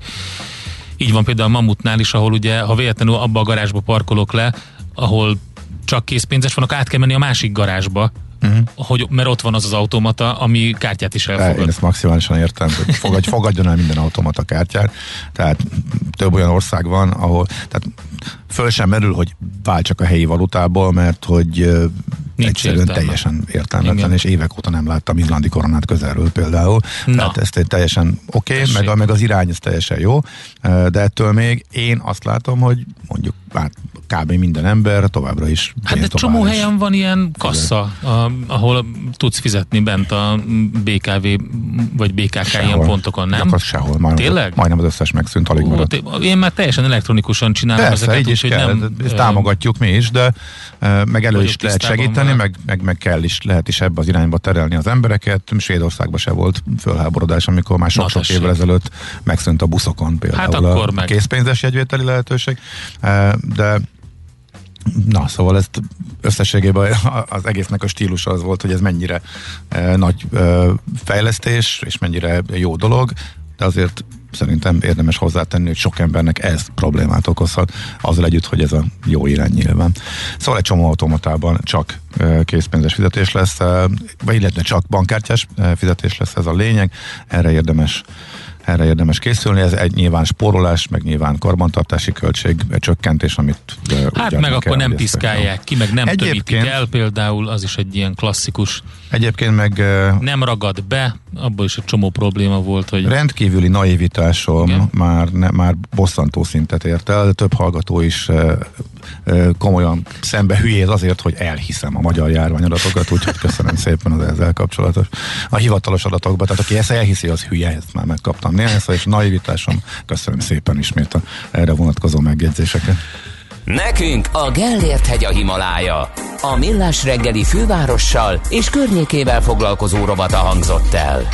Így van például a Mamutnál is, ahol ugye, ha véletlenül abba a garázsba parkolok le, ahol csak készpénzes van, akkor át kell menni a másik garázsba, uh-huh. hogy, mert ott van az az automata, ami kártyát is elfogad. Én ezt maximálisan értem, hogy fogadj, fogadjon el minden automata kártyát, tehát több olyan ország van, ahol tehát föl sem merül, hogy váltsak a helyi valutából, mert hogy nincs egyszerűen értelme. Teljesen értelmetlen, igen. És évek óta nem láttam izlandi koronát közelről például. Na. Tehát ez teljesen oké, okay, meg, meg az irány ez teljesen jó, de ettől még én azt látom, hogy mondjuk hát kb. Minden ember továbbra is hát de csomó helyen van ilyen kassa, a, ahol tudsz fizetni bent a bé ká vé vagy bé ká ká sehol. Ilyen pontokon, nem? Gyakorlatilag sehol. Majdnem, tényleg? Majdnem az összes megszűnt, alig maradt. Én már teljesen elektronikusan csinálom persze, ezeket, így is kell, nem, ezt támogatjuk mi is, de meg elő is lehet segíteni, meg, meg, meg kell is, lehet is ebbe az irányba terelni az embereket. Svédországban se volt fölháborodás, amikor már sok-sok évvel ezelőtt megszűnt a buszokon például hát a, a készpénzes jegyvételi lehetőség. De na, szóval ezt összességében az egésznek a stílusa az volt, hogy ez mennyire eh, nagy eh, fejlesztés, és mennyire jó dolog, de azért szerintem érdemes hozzátenni, hogy sok embernek ez problémát okozhat, azzal együtt, hogy ez a jó irány nyilván. Szóval egy csomó automatában csak eh, készpénzes fizetés lesz, eh, vagy illetve csak bankkártyás eh, fizetés lesz, ez a lényeg, erre érdemes Erre érdemes készülni, ez egy nyilván spórolás, meg nyilván karbantartási költség, csökkentés, amit... Hát meg akkor nem piszkálják ki, meg nem tömítik el, például az is egy ilyen klasszikus... Egyébként meg... Nem ragad be, abból is egy csomó probléma volt, hogy... Rendkívüli naivitásom már, ne, már bosszantó szintet ért el, de több hallgató is e, e, komolyan szembe hülyéz azért, hogy elhiszem a magyar járványadatokat, úgyhogy köszönöm szépen az ezzel kapcsolatos. A hivatalos adatokban, tehát aki ezt elhiszi, az hülye, ezt már megkaptam. Néhány szó, és naivitásom, köszönöm szépen ismét a erre vonatkozó megjegyzéseket. Nekünk a Gellért hegy a Himalája. A Millás reggeli fővárossal és környékével foglalkozó rovata hangzott el.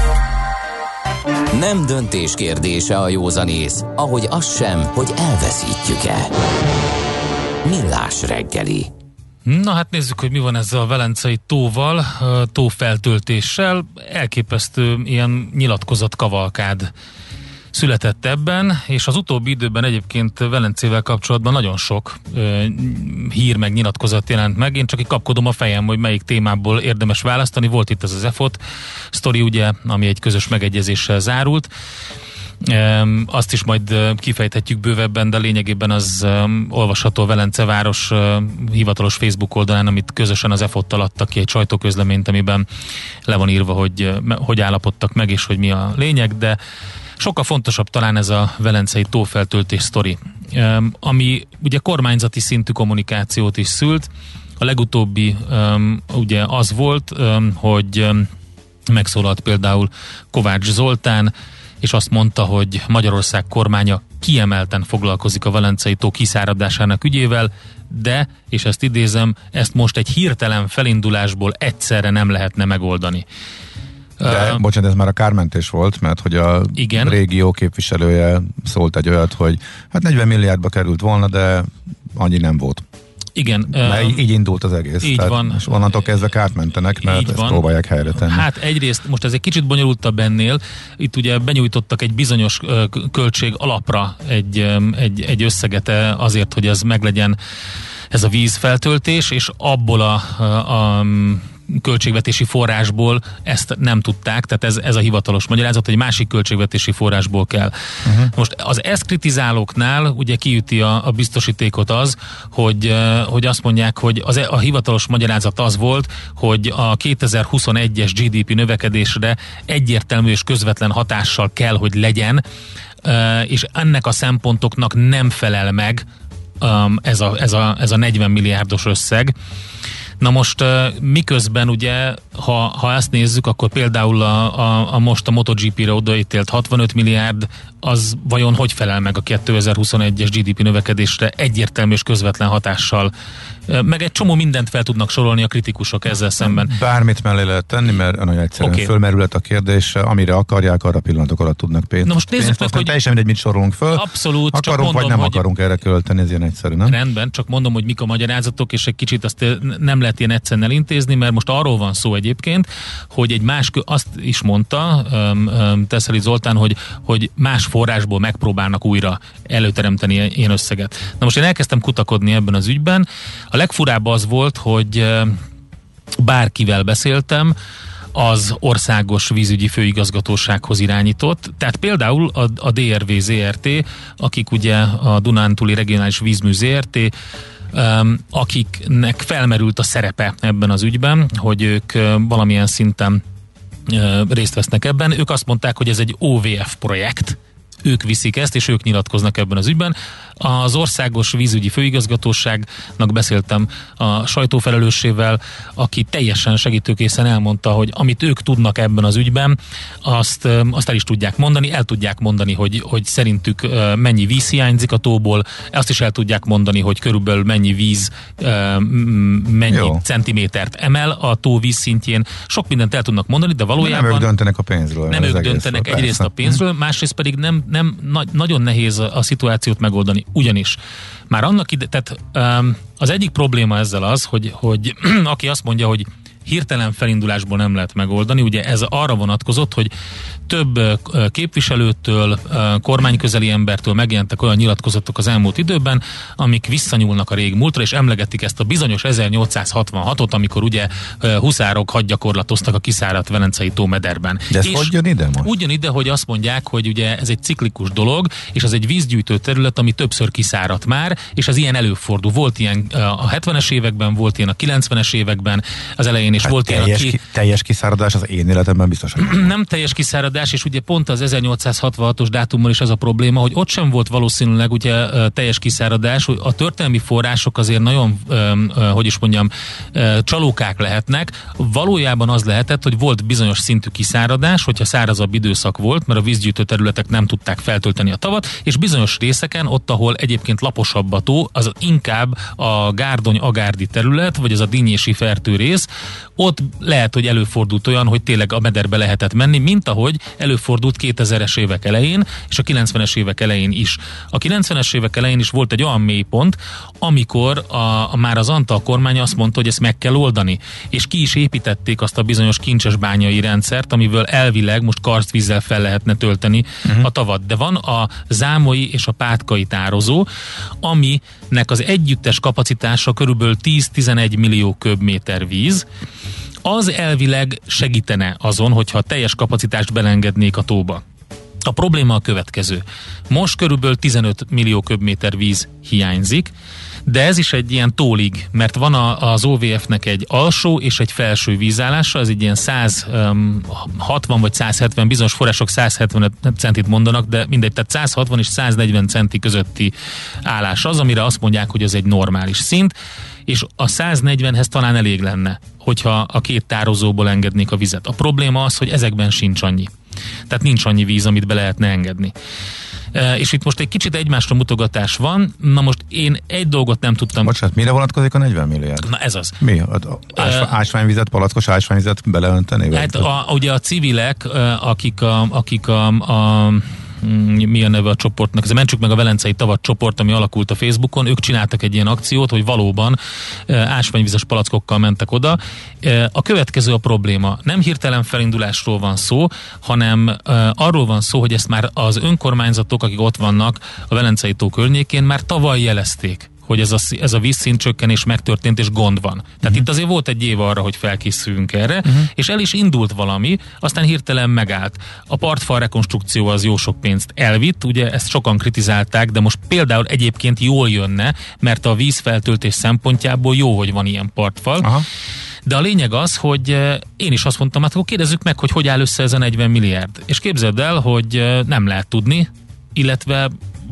Nem döntés kérdése a józanész, ahogy az sem, hogy elveszítjük-e. Millás reggeli. Na hát nézzük, hogy mi van ezzel a velencei tóval, tófeltöltéssel. Elképesztő ilyen nyilatkozat kavalkád született ebben, és az utóbbi időben egyébként Velencével kapcsolatban nagyon sok ö, hír meg nyilatkozat jelent meg. Én csak így kapkodom a fejem, hogy melyik témából érdemes választani. Volt itt ez az e ef o té sztori, ugye, ami egy közös megegyezéssel zárult. Um, azt is majd uh, kifejthetjük bővebben, de lényegében az um, olvasható Velence város uh, hivatalos Facebook oldalán, amit közösen az e ef o té-tal adtak ki egy sajtóközleményt, amiben le van írva, hogy uh, hogy állapodtak meg, és hogy mi a lényeg, de sokkal fontosabb talán ez a velencei tófeltöltés sztori, um, ami ugye kormányzati szintű kommunikációt is szült. A legutóbbi um, ugye az volt, um, hogy um, megszólalt például Kovács Zoltán, és azt mondta, hogy Magyarország kormánya kiemelten foglalkozik a velencei tó kiszáradásának ügyével, de, és ezt idézem, ezt most egy hirtelen felindulásból egyszerre nem lehetne megoldani. De, uh, bocsánat, ez már a kármentés volt, mert hogy a igen? régió képviselője szólt egy olyat, hogy hát negyven milliárdba került volna, de annyi nem volt. Igen. Mert így, így indult az egész. Így tehát, van. És onnantól kezdve kárt mentenek, mert így ezt van. próbálják helyre tenni. Hát egyrészt most ez egy kicsit bonyolultabb ennél. Itt ugye benyújtottak egy bizonyos költség alapra egy, egy, egy összeget azért, hogy ez meglegyen, ez a vízfeltöltés, és abból a, a, a költségvetési forrásból ezt nem tudták, tehát ez, ez a hivatalos magyarázat, hogy egy másik költségvetési forrásból kell. Uh-huh. Most az ezt kritizálóknál ugye kiüti a, a biztosítékot az, hogy, hogy azt mondják, hogy az, a hivatalos magyarázat az volt, hogy a kétezer-huszonegyes gé dé pé növekedésre egyértelmű és közvetlen hatással kell, hogy legyen, és ennek a szempontoknak nem felel meg ez a, ez a, ez a negyven milliárdos összeg. Na most miközben ugye, ha, ha ezt nézzük, akkor például a, a, a most a MotoGP-re odaítélt hatvanöt milliárd, az vajon hogy felel meg a kétezer-huszonegyes gé dé pé növekedésre egyértelmű és közvetlen hatással? Meg egy csomó mindent fel tudnak sorolni a kritikusok ezzel szemben. Bármit mellé lehet tenni, mert nagyon egyszerűen okay. fölmerülhet a kérdés, amire akarják, arra pillanatok alatt tudnak pénzt. Na most nézzük meg, hogy teljesen mindegy, mit sorolunk föl. Abszolút. Akarunk, mondom, vagy nem hogy akarunk erre költeni, ez ilyen egyszerű, nem? Rendben, csak mondom, hogy mik a magyarázatok, és egy kicsit azt nem lehet ilyen egyszerűen elintézni, mert most arról van szó egyébként, hogy egy más, azt is mondta um, um, Tesszeli Zoltán, hogy, hogy más forrásból megpróbálnak újra előteremteni ilyen összeget. Na most én elkezdtem kutakodni ebben az ügyben. A legfurább az volt, hogy bárkivel beszéltem, az országos vízügyi főigazgatósághoz irányított. Tehát például a, a dé er vé zé er té, akik ugye a Dunántúli Regionális Vízmű zé er té, um, akiknek felmerült a szerepe ebben az ügyben, hogy ők valamilyen szinten uh, részt vesznek ebben. Ők azt mondták, hogy ez egy o vé ef projekt, ők viszik ezt, és ők nyilatkoznak ebben az ügyben. Az országos vízügyi főigazgatóságnak beszéltem a sajtófelelőssével, aki teljesen segítőkészen elmondta, hogy amit ők tudnak ebben az ügyben, azt, azt el is tudják mondani, el tudják mondani, hogy, hogy szerintük mennyi víz hiányzik a tóból, azt is el tudják mondani, hogy körülbelül mennyi víz, mennyi Jó. centimétert emel a tó vízszintjén. Sok mindent el tudnak mondani, de valójában... Nem ők döntenek a pénzről. Nem ők döntenek egyrészt persze. a pénzről, másrészt pedig nem, nem na, nagyon nehéz a, a szituációt megoldani. Ugyanis már annak ide, tehát um, az egyik probléma ezzel az, hogy, hogy aki azt mondja, hogy hirtelen felindulásból nem lehet megoldani, ugye ez arra vonatkozott, hogy több képviselőtől, kormányközeli embertől megjelentek olyan nyilatkozatok az elmúlt időben, amik visszanyúlnak a régmúltra, és emlegetik ezt a bizonyos ezernyolcszázhatvanhatot, amikor ugye huszárok hadgyakorlatoztak a kiszáradt Velencei tómederben. De ez és hogy jön ide most? Úgy jön ide, hogy azt mondják, hogy ugye ez egy ciklikus dolog, és az egy vízgyűjtő terület, ami többször kiszáradt már, és az ilyen előfordul. Volt ilyen a hetvenes években, volt ilyen a kilencvenes években, az elején is hát volt teljes, ilyen, aki... ki, teljes kiszáradás az én életemben biztosan. Nem teljes kiszáradás, és ugye pont az ezernyolcszázhatvanhatos dátummal is az a probléma, hogy ott sem volt valószínűleg ugye teljes kiszáradás, hogy a történelmi források azért nagyon, hogy is mondjam, csalókák lehetnek. Valójában az lehetett, hogy volt bizonyos szintű kiszáradás, hogyha szárazabb időszak volt, mert a vízgyűjtő területek nem tudták feltölteni a tavat, és bizonyos részeken, ott, ahol egyébként laposabb a tó, az inkább a Gárdony-Agárdi terület, vagy az a Dinnyési fertő rész, ott lehet, hogy előfordult olyan, hogy tényleg a mederbe lehetett menni, mint ahogy előfordult kétezres évek elején, és a kilencvenes évek elején is. A kilencvenes évek elején is volt egy olyan mélypont, amikor a, a már az Antal kormány azt mondta, hogy ezt meg kell oldani, és ki is építették azt a bizonyos kincsesbányai rendszert, amiből elvileg most karstvízzel fel lehetne tölteni uh-huh. a tavat. De van a zámoi és a pátkai tározó, aminek az együttes kapacitása körülbelül tíz-tizenegy millió köbméter víz. Az elvileg segítene azon, hogyha teljes kapacitást belengednék a tóba. A probléma a következő. Most körülbelül tizenöt millió köbméter víz hiányzik, de ez is egy ilyen tólig, mert van a, az o vé ef-nek egy alsó és egy felső vízállása, ez egy ilyen száz hatvan vagy száz hetven, bizonyos források száz hetven centit mondanak, de mindegy, tehát száz hatvan és száz negyven centi közötti állás az, amire azt mondják, hogy ez egy normális szint, és a száz negyvenhez talán elég lenne, hogyha a két tározóból engednék a vizet. A probléma az, hogy ezekben sincs annyi. Tehát nincs annyi víz, amit be lehetne engedni. E, és itt most egy kicsit egymásra mutogatás van. Na most én egy dolgot nem tudtam... Bocsánat, mire vonatkozik a negyven milliárd? Na ez az. Mi? A, a ásv, ásványvizet, palackos ásványvizet beleönteni? Hát a, ugye a civilek, akik a, akik a, a mi a neve a csoportnak, ez a Mentsük meg a Velencei Tavat csoport, ami alakult a Facebookon, ők csináltak egy ilyen akciót, hogy valóban ásványvizes palackokkal mentek oda. A következő a probléma. Nem hirtelen felindulásról van szó, hanem arról van szó, hogy ezt már az önkormányzatok, akik ott vannak a Velencei tó környékén, már tavaly jelezték, hogy ez a, ez a vízszintcsökkenés megtörtént, és gond van. Tehát uh-huh. itt azért volt egy év arra, hogy felkészüljünk erre, uh-huh. és el is indult valami, aztán hirtelen megállt. A partfal rekonstrukció az jó sok pénzt elvitt, ugye ezt sokan kritizálták, de most például egyébként jól jönne, mert a vízfeltöltés szempontjából jó, hogy van ilyen partfal. Aha. De a lényeg az, hogy én is azt mondtam, hát akkor kérdezzük meg, hogy hogy áll össze ez a negyven milliárd. És képzeld el, hogy nem lehet tudni, illetve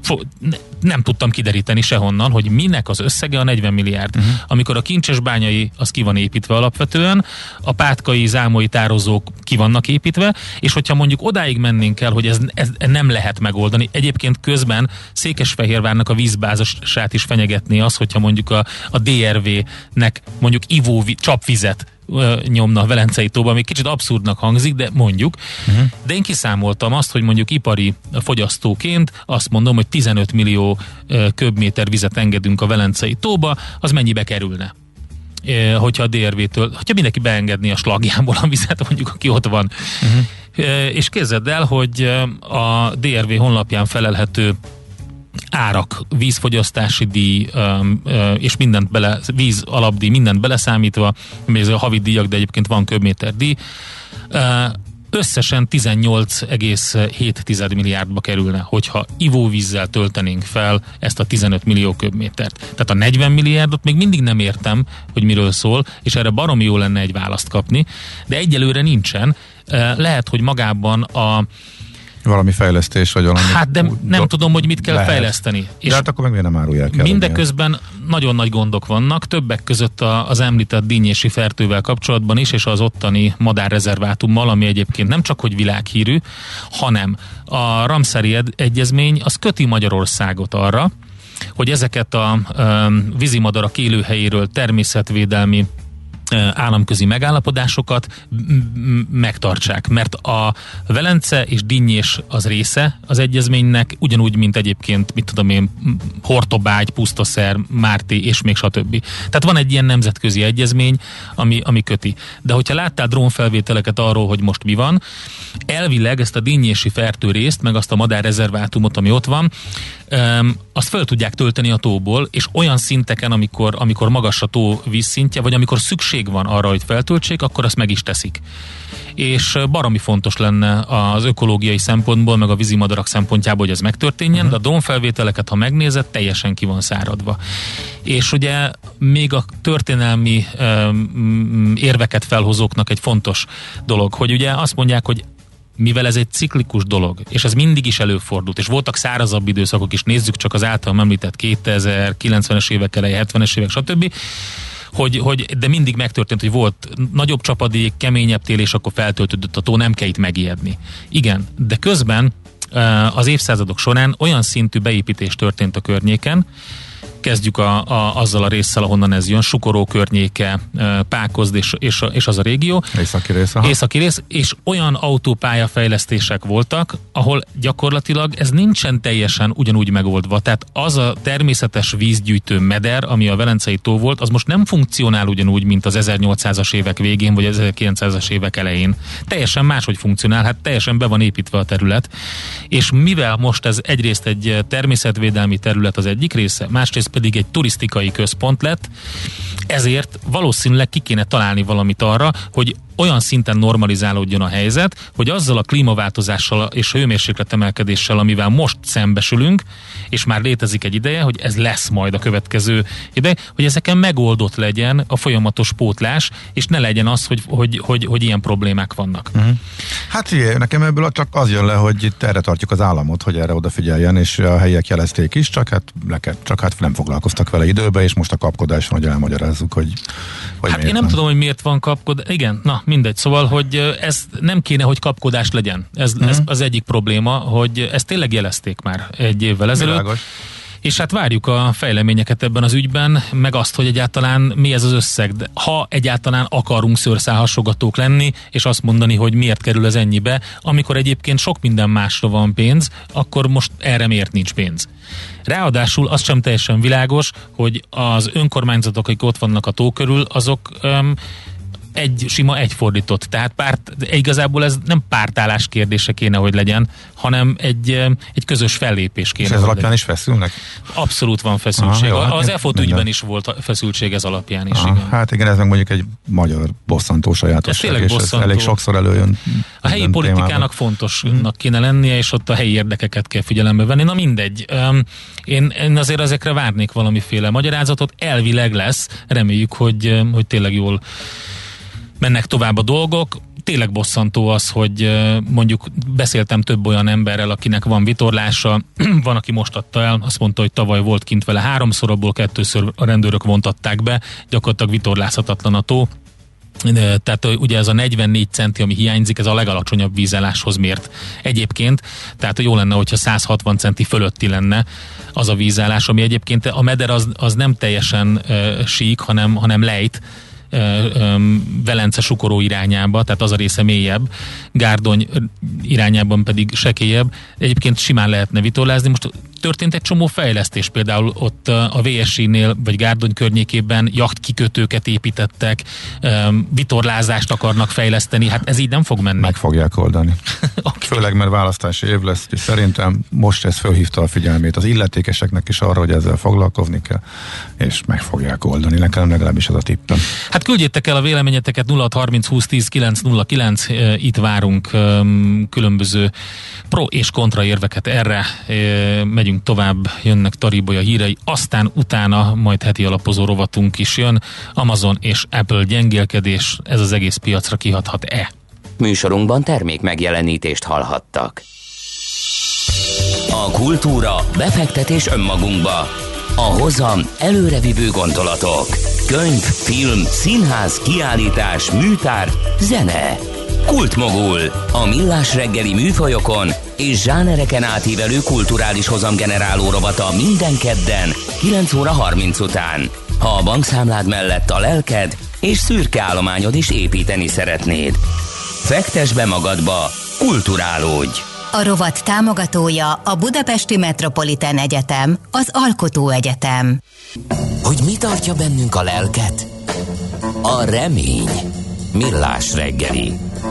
nem tudtam kideríteni sehonnan, hogy minek az összege a negyven milliárd. Uh-huh. Amikor a Kincsesbányai az ki van építve alapvetően, a pátkai, zámoi tározók ki vannak építve, és hogyha mondjuk odáig mennénk el, hogy ez, ez nem lehet megoldani. Egyébként közben Székesfehérvárnak a vízbázisát is fenyegetné az, hogyha mondjuk a, a dé er vé-nek mondjuk ivó csapvizet nyomna a Velencei tóba, ami kicsit abszurdnak hangzik, de mondjuk. Uh-huh. De én kiszámoltam azt, hogy mondjuk ipari fogyasztóként azt mondom, hogy tizenöt millió köbméter vizet engedünk a Velencei tóba, az mennyibe kerülne? Hogyha a dé er vé-től, hogyha mindenki beengedni a slagjából a vizet, mondjuk aki ott van. Uh-huh. És képzeld el, hogy a dé er vé honlapján felelhető árak, vízfogyasztási díj öm, ö, és mindent bele, víz alapdíj, mindent beleszámítva, még ez a havi díjak, de egyébként van köbméter díj, ö, összesen tizennyolc egész hét milliárdba kerülne, hogyha ivóvízzel töltenénk fel ezt a tizenöt millió köbmétert. Tehát a negyven milliárdot még mindig nem értem, hogy miről szól, és erre baromi jó lenne egy választ kapni, de egyelőre nincsen. Ö, lehet, hogy magában a valami fejlesztés, vagy valami... Hát de nem do- tudom, hogy mit kell lehet. fejleszteni. És de hát akkor meg miért nem árulják el? Mindeközben nagyon nagy gondok vannak, többek között a, az említett Dinnyési Fertővel kapcsolatban is, és az ottani madárrezervátummal, ami egyébként nem csak hogy világhírű, hanem a Ramszári egyezmény az köti Magyarországot arra, hogy ezeket a, a vízimadarak élőhelyéről természetvédelmi államközi megállapodásokat megtartsák, mert a Velence és Dinnyés az része az egyezménynek, ugyanúgy, mint egyébként, mit tudom én, Hortobágy, Pusztaszer, Márti, és még stb. Tehát van egy ilyen nemzetközi egyezmény, ami, ami köti. De hogyha láttál drónfelvételeket arról, hogy most mi van, elvileg ezt a Dinnyési Fertő részt, meg azt a madárrezervátumot, ami ott van, azt föl tudják tölteni a tóból, és olyan szinteken, amikor, amikor magas a tó vízszintje, vagy amikor szükség van arra, hogy feltöltsék, akkor azt meg is teszik. És baromi fontos lenne az ökológiai szempontból, meg a vízimadarak szempontjából, hogy ez megtörténjen, uh-huh. de a drónfelvételeket, ha megnézed, teljesen ki van száradva. És ugye még a történelmi um, érveket felhozóknak egy fontos dolog, hogy ugye azt mondják, hogy mivel ez egy ciklikus dolog, és ez mindig is előfordult, és voltak szárazabb időszakok is, nézzük csak az általam említett kétezer, kilencvenes évek eleje, hetvenes évek, stb., hogy, hogy, de mindig megtörtént, hogy volt nagyobb csapadék, keményebb tél, és akkor feltöltődött a tó, nem kell itt megijedni. Igen, de közben az évszázadok során olyan szintű beépítés történt a környéken, kezdjük a, a, azzal a résszel, ahonnan ez jön, Sukoró környéke, Pákozd és, és, és az a régió. Északi rész. Aha. Északi rész, és olyan autópályafejlesztések voltak, ahol gyakorlatilag ez nincsen teljesen ugyanúgy megoldva. Tehát az a természetes vízgyűjtő meder, ami a Velencei tó volt, az most nem funkcionál ugyanúgy, mint az ezernyolcszázas évek végén, vagy az ezerkilencszázas évek elején. Teljesen máshogy funkcionál, hát teljesen be van építve a terület. És mivel most ez egyrészt egy természetvédelmi terület az egyik része, másrészt pedig egy turisztikai központ lett, ezért valószínűleg ki kéne találni valamit arra, hogy olyan szinten normalizálódjon a helyzet, hogy azzal a klímaváltozással és a hőmérséklet emelkedéssel, amivel most szembesülünk, és már létezik egy ideje, hogy ez lesz majd a következő ideje, hogy ezeken megoldott legyen a folyamatos pótlás, és ne legyen az, hogy, hogy, hogy, hogy ilyen problémák vannak. Uh-huh. Hát figyelj, nekem ebből csak az jön le, hogy itt erre tartjuk az államot, hogy erre odafigyeljen, és a helyiek jelezték is, csak hát, leket, csak hát nem foglalkoztak vele időbe, és most a kapkodás van, hogy elmagyarázzuk, hogy, hogy hát én nem van. tudom, hogy miért van kapkodás. Igen, na mindegy, szóval, hogy ez nem kéne, hogy kapkodás legyen. Ez, uh-huh. ez az egyik probléma, hogy ezt tényleg jelezték már egy évvel ezelőtt. Világos. És hát várjuk a fejleményeket ebben az ügyben, meg azt, hogy egyáltalán mi ez az összeg. De ha egyáltalán akarunk szőrszálhasogatók lenni, és azt mondani, hogy miért kerül ez ennyibe, amikor egyébként sok minden másra van pénz, akkor most erre miért nincs pénz. Ráadásul az sem teljesen világos, hogy az önkormányzatok, akik ott vannak a tó körül, azok um, egy sima egyfordított. Tehát párt, igazából ez nem pártállás kérdése kéne, hogy legyen, hanem egy, egy közös fellépés kéne. És ez alapján is feszülnek? Abszolút van feszültség. Aha, jó, az hát E F O T ügyben is volt feszültség ez alapján is. Aha, igen. Hát igen, ez meg mondjuk egy magyar bosszantó sajátosság, és bosszantó. Ez elég sokszor előjön. A helyi politikának témában fontosnak kéne lennie, és ott a helyi érdekeket kell figyelembe venni. Na mindegy. Én, én azért ezekre várnék valamiféle magyarázatot. Elvileg lesz. Reméljük, hogy, hogy tényleg jól mennek tovább a dolgok. Tényleg bosszantó az, hogy mondjuk beszéltem több olyan emberrel, akinek van vitorlása, van, aki most adta el, azt mondta, hogy tavaly volt kint vele háromszor, abból kettőször a rendőrök vontatták be, gyakorlatilag vitorlázhatatlan a tó. Tehát ugye ez a negyvennégy centi, ami hiányzik, ez a legalacsonyabb vízálláshoz mért egyébként, tehát jó lenne, hogyha száz hatvan centi fölötti lenne az a vízállás, ami egyébként a meder az, az nem teljesen uh, sík, hanem, hanem lejt, Velence Sukoró irányába, tehát az a része mélyebb, Gárdony irányában pedig sekélyebb. Egyébként simán lehetne vitorlázni. Most történt egy csomó fejlesztés, például ott a vé es í-nél, vagy Gárdony környékében jachtkikötőket építettek, vitorlázást akarnak fejleszteni, hát ez így nem fog menni. Meg fogják oldani. Okay. Főleg, mert választási év lesz, és szerintem most ez fölhívta a figyelmét az illetékeseknek is arra, hogy ezzel foglalkozni kell, és meg fogják oldani. Nekem legalábbis ez a tippem. Hát küldjétek el a véleményeteket nulla hat harminc húsz tíz kilenc nulla kilenc, itt várunk különböző pro és kontra érveket erre. Megyünk tovább, jönnek Taribolya hírei, aztán utána majd heti alapozó rovatunk is jön. Amazon és Apple gyengélkedés, ez az egész piacra kihathat-e? Műsorunkban termék megjelenítést hallhattak. A kultúra, befektetés önmagunkba. A hozam előrevívő gondolatok. Könyv, film, színház, kiállítás, műtár, zene. Kultmogul. A millás reggeli műfajokon és zsánereken átívelő kulturális hozamgeneráló rovata minden kedden kilenc óra harminc után. Ha a bankszámlád mellett a lelked és szürke állományod is építeni szeretnéd. Fektess be magadba, kulturálódj! A rovat támogatója a Budapesti Metropolitán Egyetem, az Alkotó Egyetem. Hogy mi tartja bennünk a lelket? A remény. Millás reggeli.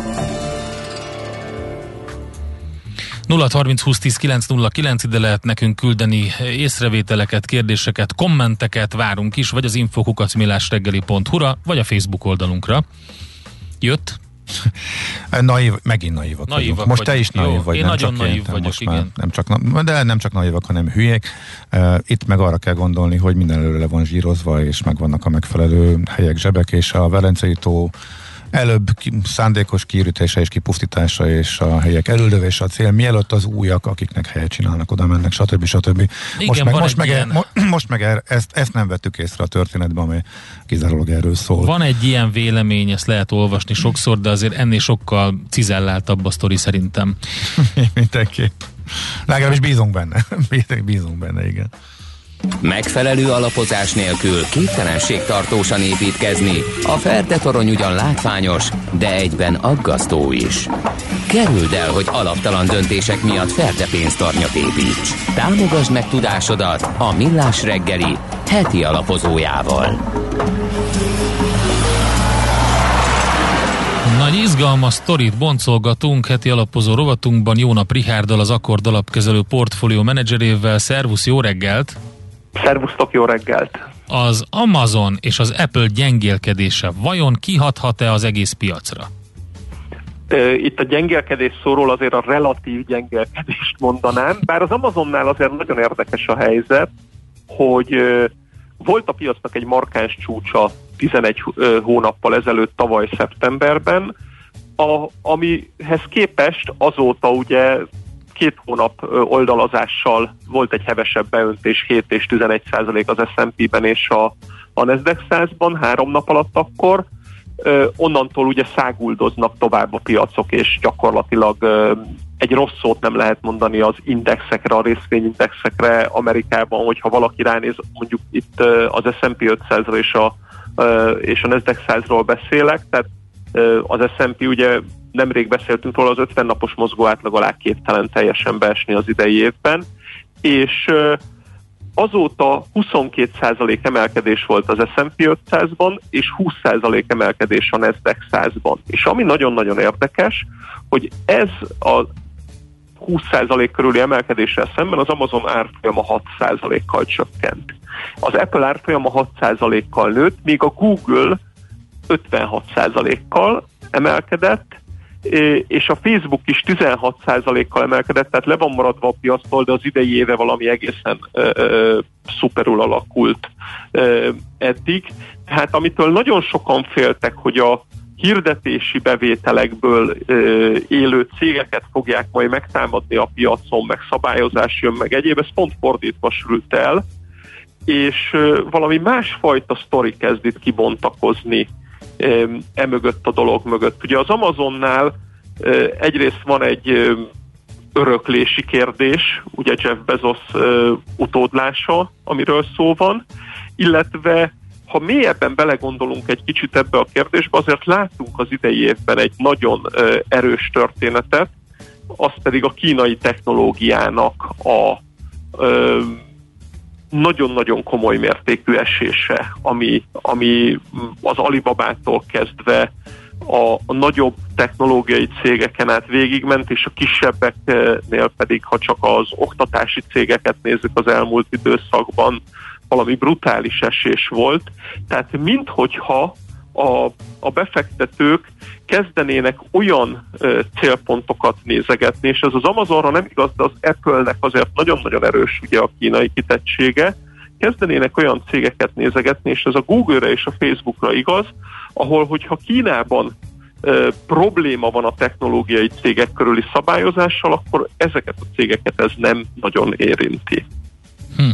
nulla hat harminc húsz tíz kilenc nulla kilenc, ide lehet nekünk küldeni észrevételeket, kérdéseket, kommenteket, várunk is, vagy az info kukac millásreggeli pont hu-ra, vagy a Facebook oldalunkra. Jött? Naív, megint naívak, naívak vagyunk. Most te is naív jó, vagy, én nem nagyon csak naív én, vagyok, most igen. Nem csak, de nem csak naívak, hanem hülyék. Itt meg arra kell gondolni, hogy minden előre le van zsírozva, és megvannak a megfelelő helyek, zsebek, és a Velencei tó előbb szándékos kiürítése és kipusztítása, és a helyek elüldövése a cél, mielőtt az újak, akiknek helyet csinálnak, oda mennek, stb. stb. Igen, most meg, most meg, ilyen... e, most meg er, ezt, ezt nem vettük észre a történetben, amely kizárólag erről szól. Van egy ilyen vélemény, ezt lehet olvasni sokszor, de azért ennél sokkal cizelláltabb a sztori szerintem. Mindenképp. Legalábbis bízunk benne. Bízunk benne, igen. Megfelelő alapozás nélkül képtelenség tartósan építkezni. A Ferde torony ugyan látványos, de egyben aggasztó is. Kerüld el, hogy alaptalan döntések miatt Ferde pénztarnyat építs. Támogasd meg tudásodat a Millás reggeli heti alapozójával. Nagy izgalmas sztorit boncolgatunk heti alapozó rovatunkban Jónap Richárddal, az Akkord alapkezelő portfólió menedzserével. Szervusz, jó reggelt! Szervusztok, jó reggelt! Az Amazon és az Apple gyengélkedése vajon kihathat-e az egész piacra? Itt a gyengélkedés szóról azért a relatív gyengélkedést mondanám, bár az Amazonnál azért nagyon érdekes a helyzet, hogy volt a piacnak egy markáns csúcsa tizenegy hónappal ezelőtt, tavaly szeptemberben, a, amihez képest azóta ugye két hónap oldalazással volt egy hevesebb beöntés, hét és tizenegy százalék az es and pé-ben és a, a Nasdaq százban három nap alatt akkor. Onnantól ugye száguldoznak tovább a piacok, és gyakorlatilag egy rossz szót nem lehet mondani az indexekre, a részvényindexekre Amerikában, hogyha valaki ránéz, mondjuk itt az es and pé ötszázra és a, és a Nasdaq százról beszélek, tehát az es and pé ugye nemrég beszéltünk róla, az ötven napos mozgó átlag alá képtelen teljesen beesni az idei évben, és azóta huszonkét százalék emelkedés volt az es and pé ötszázban, és húsz százalék emelkedés a Nasdaq százban. És ami nagyon-nagyon érdekes, hogy ez a húsz százalék körüli emelkedéssel szemben az Amazon árfolyama hat százalékkal csökkent. Az Apple árfolyama hat százalékkal nőtt, míg a Google ötvenhat százalékkal emelkedett, és a Facebook is tizenhat százalékkal emelkedett, tehát le van maradva a piactól, de az idei éve valami egészen ö, ö, szuperul alakult ö, eddig. Tehát amitől nagyon sokan féltek, hogy a hirdetési bevételekből ö, élő cégeket fogják majd megtámadni a piacon, meg szabályozás jön, meg egyéb, ez pont fordítva sült el, és ö, valami másfajta sztori kezd itt kibontakozni emögött a dolog mögött. Ugye az Amazonnál egyrészt van egy öröklési kérdés, ugye Jeff Bezos utódlása, amiről szó van, illetve ha mélyebben belegondolunk egy kicsit ebbe a kérdésbe, azért látunk az idei évben egy nagyon erős történetet, az pedig a kínai technológiának a nagyon-nagyon komoly mértékű esése, ami, ami az Alibabától kezdve a, a nagyobb technológiai cégeken át végigment, és a kisebbeknél pedig, ha csak az oktatási cégeket nézzük az elmúlt időszakban, valami brutális esés volt. Tehát minthogyha a, a befektetők kezdenének olyan ö, célpontokat nézegetni, és ez az Amazonra nem igaz, de az Apple-nek azért nagyon-nagyon erős ugye a kínai kitettsége, kezdenének olyan cégeket nézegetni, és ez a Google-re és a Facebookra igaz, ahol hogyha Kínában ö, probléma van a technológiai cégek körüli szabályozással, akkor ezeket a cégeket ez nem nagyon érinti. Hm.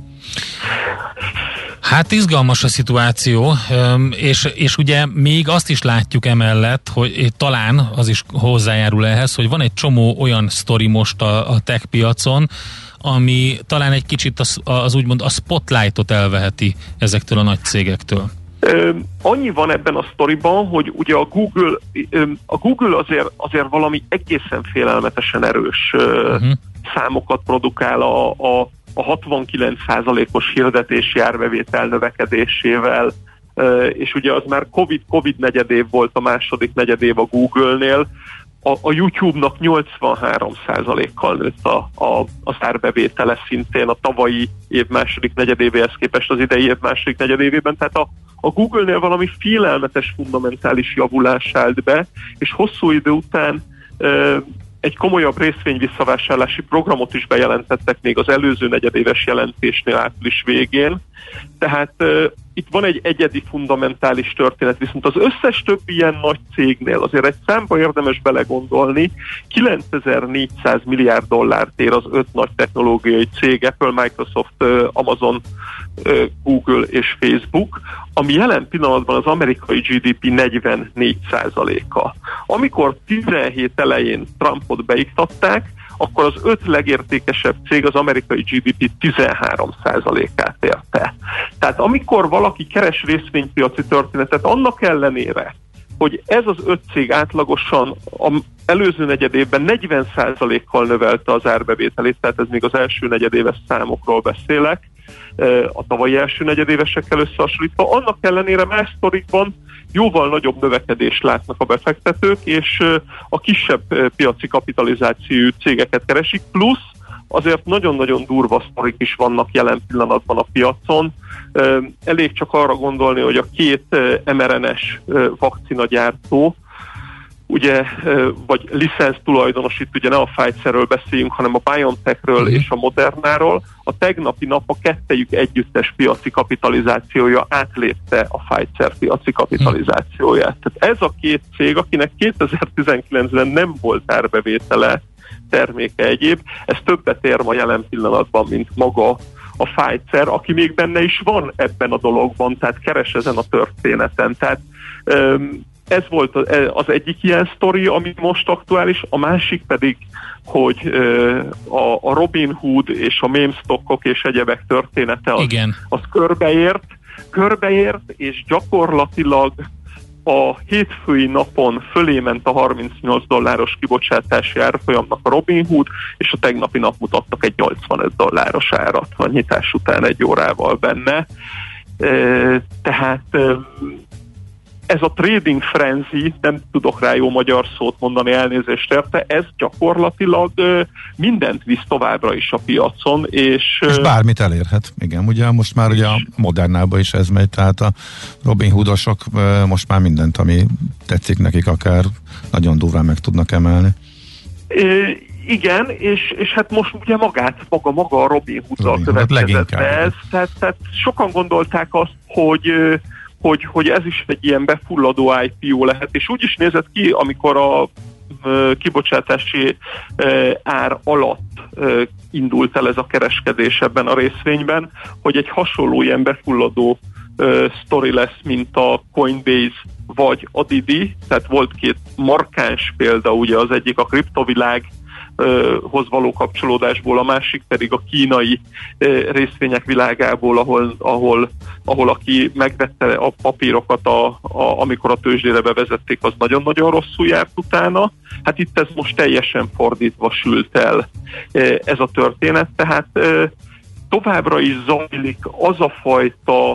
Hát izgalmas a szituáció, és, és ugye még azt is látjuk emellett, hogy talán az is hozzájárul ehhez, hogy van egy csomó olyan sztori most a, a tech piacon, ami talán egy kicsit az, az úgymond a spotlightot elveheti ezektől a nagy cégektől. Ö, annyi van ebben a sztoriban, hogy ugye a Google, ö, a Google azért, azért valami egészen félelmetesen erős ö, uh-huh. számokat produkál a, a a hatvankilenc százalékos hirdetési árbevétel növekedésével, és ugye az már COVID, COVID negyedév volt a második negyedév a Google-nél, a, a YouTube-nak nyolcvanhárom százalékkal nőtt a, a, az árbevétele szintén a tavalyi év második negyedévéhez képest az idei év második negyedévében, tehát a, a Google-nél valami félelmetes fundamentális javulás állt be, és hosszú idő után egy komolyabb részvényvisszavásárlási programot is bejelentettek még az előző negyedéves jelentésnél április végén. Tehát uh, itt van egy egyedi fundamentális történet, viszont az összes többi ilyen nagy cégnél azért egy számba érdemes belegondolni, kilencezer-négyszáz milliárd dollárt ér az öt nagy technológiai cég, Apple, Microsoft, uh, Amazon, uh, Google és Facebook, ami jelen pillanatban az amerikai gé dé pé negyvennégy százaléka. Amikor tizenhét elején Trumpot beiktatták, akkor az öt legértékesebb cég az amerikai gé dé pé tizenhárom százalékát érte. Tehát amikor valaki keres részvénypiaci történetet, annak ellenére, hogy ez az öt cég átlagosan az előző negyedévben negyven százalékkal növelte az árbevételét, tehát ez még az első negyedéves számokról beszélek, a tavalyi első negyedévesekkel összehasonlítva, annak ellenére más sztorikban jóval nagyobb növekedést látnak a befektetők, és a kisebb piaci kapitalizációjú cégeket keresik, plusz azért nagyon-nagyon durva sztorik is vannak jelen pillanatban a piacon. Elég csak arra gondolni, hogy a két em er en es vakcinagyártó, ugye, vagy licensz tulajdonos, itt ugye ne a Pfizerről beszéljünk, hanem a BioNTechről mm. és a Modernáról, a tegnapi nap a kettejük együttes piaci kapitalizációja átlépte a Pfizer piaci kapitalizációját. Mm. Tehát ez a két cég, akinek kétezer-tizenkilencben nem volt árbevétele, terméke egyéb, ez többet ér ma jelen pillanatban, mint maga a Pfizer, aki még benne is van ebben a dologban, tehát keres ezen a történeten. Tehát um, ez volt az egyik ilyen sztori, ami most aktuális, a másik pedig, hogy a Robinhood és a meme stockok és egyebek története az, az körbeért, körbeért, és gyakorlatilag a hétfői napon fölé ment a harmincnyolc dolláros kibocsátási árfolyamnak a Robinhood, és a tegnapi nap mutattak egy nyolcvanöt dolláros árat a nyitás után egy órával benne. Tehát ez a trading frenzy, nem tudok rá jó magyar szót mondani, elnézést érte, ez gyakorlatilag mindent visz továbbra is a piacon, és... És bármit elérhet, igen, ugye most már ugye a Modernában is ez megy, tehát a Robinhoodosok most már mindent, ami tetszik nekik, akár nagyon durván meg tudnak emelni. É, igen, és, és hát most ugye magát, maga, maga a Robinhood-dal következett be ez, tehát, tehát sokan gondolták azt, hogy Hogy, hogy ez is egy ilyen befulladó I P O lehet, és úgy is nézett ki, amikor a e, kibocsátási e, ár alatt e, indult el ez a kereskedés ebben a részvényben, hogy egy hasonló ilyen befulladó e, sztori lesz, mint a Coinbase vagy a Didi, tehát volt két markáns példa, ugye az egyik a kriptovilág hoz való kapcsolódásból, a másik pedig a kínai részvények világából, ahol, ahol, ahol aki megvette a papírokat, a, a, amikor a tőzsdére bevezették, az nagyon-nagyon rosszul járt utána. Hát itt ez most teljesen fordítva sült el ez a történet, tehát továbbra is zajlik az a fajta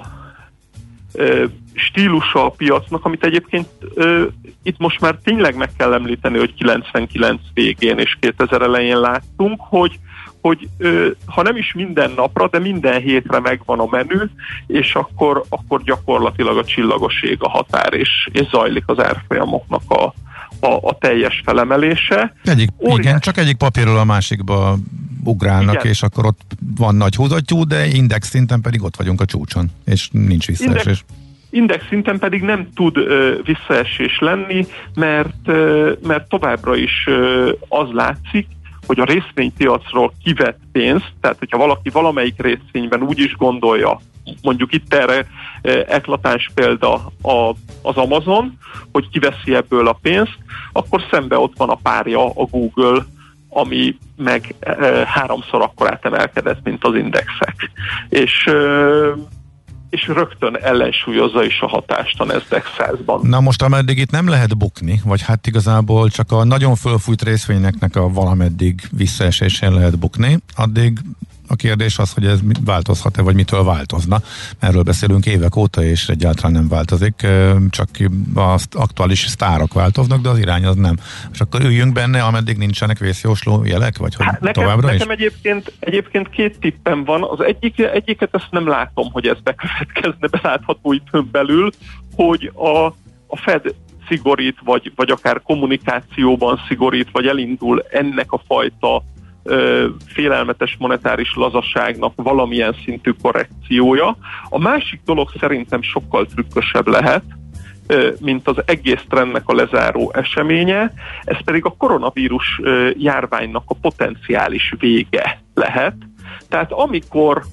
stílusa a piacnak, amit egyébként ö, itt most már tényleg meg kell említeni, hogy kilencvenkilenc végén és kétezer elején láttunk, hogy, hogy ö, ha nem is minden napra, de minden hétre megvan a menü, és akkor, akkor gyakorlatilag a csillagos ég a határ, és, és zajlik az árfolyamoknak a, a, a teljes felemelése. Egyik, igen, csak egyik papírról a másikba ugrálnak, igen. És akkor ott van nagy húzattyú, de index szinten pedig ott vagyunk a csúcson, és nincs visszaesés. Index, index szinten pedig nem tud ö, visszaesés lenni, mert, ö, mert továbbra is ö, az látszik, hogy a részvénypiacról kivett pénzt, tehát hogyha valaki valamelyik részvényben úgy is gondolja, mondjuk itt erre eklatáns példa a, az Amazon, hogy kiveszi ebből a pénzt, akkor szembe ott van a párja, a Google, ami meg e, háromszor akkorát emelkedett, mint az indexek. És, e, és rögtön ellensúlyozza is a hatást a Nasdaq százban. Na most ameddig itt nem lehet bukni, vagy hát igazából csak a nagyon fölfújt részvényeknek a valameddig visszaesésén lehet bukni, addig a kérdés az, hogy ez változhat-e, vagy mitől változna. Erről beszélünk évek óta, és egyáltalán nem változik, csak az aktuális sztárok változnak, de az irány az nem. És akkor üljünk benne, ameddig nincsenek vészjósló jelek, vagy hogy hát nekem, továbbra nekem is? Egyébként, egyébként két tippem van. Az egyik, egyiket ezt nem látom, hogy ez bekövetkezne belátható időn belül, hogy a, a Fed szigorít, vagy, vagy akár kommunikációban szigorít, vagy elindul ennek a fajta félelmetes monetáris lazaságnak valamilyen szintű korrekciója. A másik dolog szerintem sokkal trükkösebb lehet, mint az egész trendnek a lezáró eseménye, ez pedig a koronavírus járványnak a potenciális vége lehet. Tehát amikor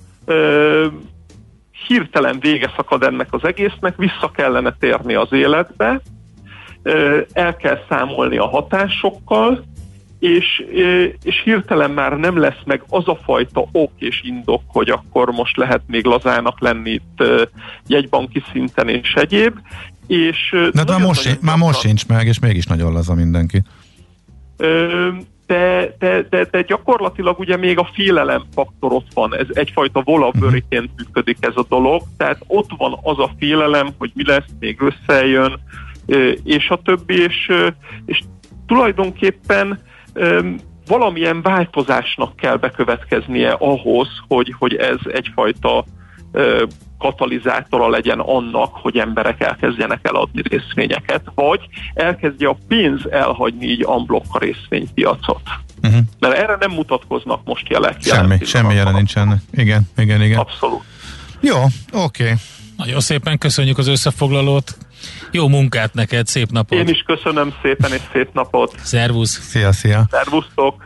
hirtelen vége szakad ennek az egésznek, vissza kellene térni az életbe, el kell számolni a hatásokkal, És, és hirtelen már nem lesz meg az a fajta ok és indok, hogy akkor most lehet még lazának lenni itt jegybanki szinten és egyéb. És de de most, nagyon már most sincs meg, és mégis nagyon laza mindenki. De, de, de, de gyakorlatilag ugye még a félelem faktor ott van, ez egyfajta volabőriként működik ez a dolog, tehát ott van az a félelem, hogy mi lesz, még összejön, és a többi, és, és tulajdonképpen valamilyen változásnak kell bekövetkeznie ahhoz, hogy, hogy ez egyfajta ö, katalizátora legyen annak, hogy emberek elkezdjenek eladni részvényeket, vagy elkezdje a pénz elhagyni így unblock a részvénypiacot. Uh-huh. Mert erre nem mutatkoznak most jelek. Semmi, semmi jelen nincsen. Igen, igen, igen. Abszolút. Jó, oké. Okay. Nagyon szépen köszönjük az összefoglalót. Jó munkát neked, szép napot! Én is köszönöm szépen, és szép napot! Szervusz! Szia, szia! Szervusztok!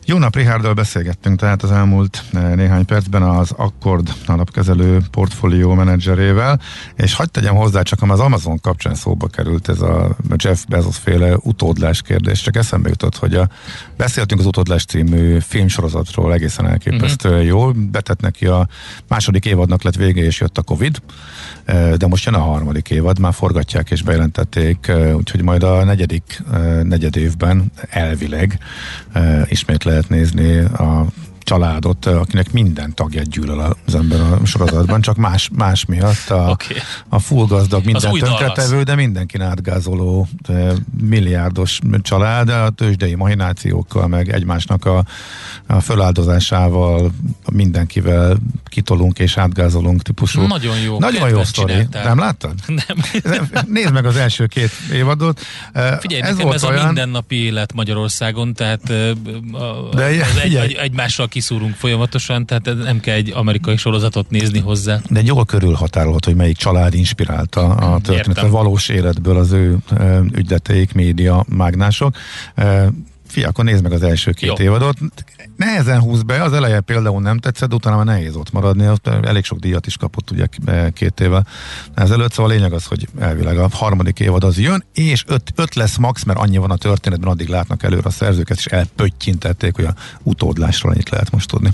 Jó nap, Richárddal beszélgettünk tehát az elmúlt néhány percben az Akkord alapkezelő portfólió menedzserével, és hagyd tegyem hozzá, csak az Amazon kapcsán szóba került ez a Jeff Bezos féle utódlás kérdés, csak eszembe jutott, hogy a, beszéltünk az Utódlás című filmsorozatról egészen elképesztően uh-huh. jól, betett neki a második évadnak lett vége, és jött a Covid, de most jön a harmadik évad, már forgatják és bejelentették, úgyhogy majd a negyedik negyed évben elvileg ismét lehet nézni a családot, akinek minden tagját gyűlöl az ember a sorozatban, csak más, más miatt a, okay. a full gazdag, minden tönkretevő, de mindenkin átgázoló milliárdos család, a tőzsdei mahinációkkal, meg egymásnak a, a föláldozásával mindenkivel kitolunk és átgázolunk típusú. Nagyon jó. Nagyon jó sztori. Nem láttad? Nem. Nézd meg az első két évadot. Figyelj, ez nekem ez olyan... a mindennapi élet Magyarországon, tehát de egy, egy, egymással kiszúrunk folyamatosan, tehát nem kell egy amerikai sorozatot nézni hozzá. De jól körülhatárolhat, hogy melyik család inspirálta a történet, a valós életből az ő e, ügyleteik, média mágnások. E, Fia, akkor nézd meg az első két Jó. évadot. Nehezen húz be, az eleje például nem tetszett, utána már nehéz ott maradni, ott elég sok díjat is kapott ugye két évvel ezelőtt, szóval a lényeg az, hogy elvileg a harmadik évad az jön, és öt, öt lesz max, mert annyi van a történetben, addig látnak előre a szerzőket, és elpöttyintették, hogy a utódlásról ennyit lehet most tudni.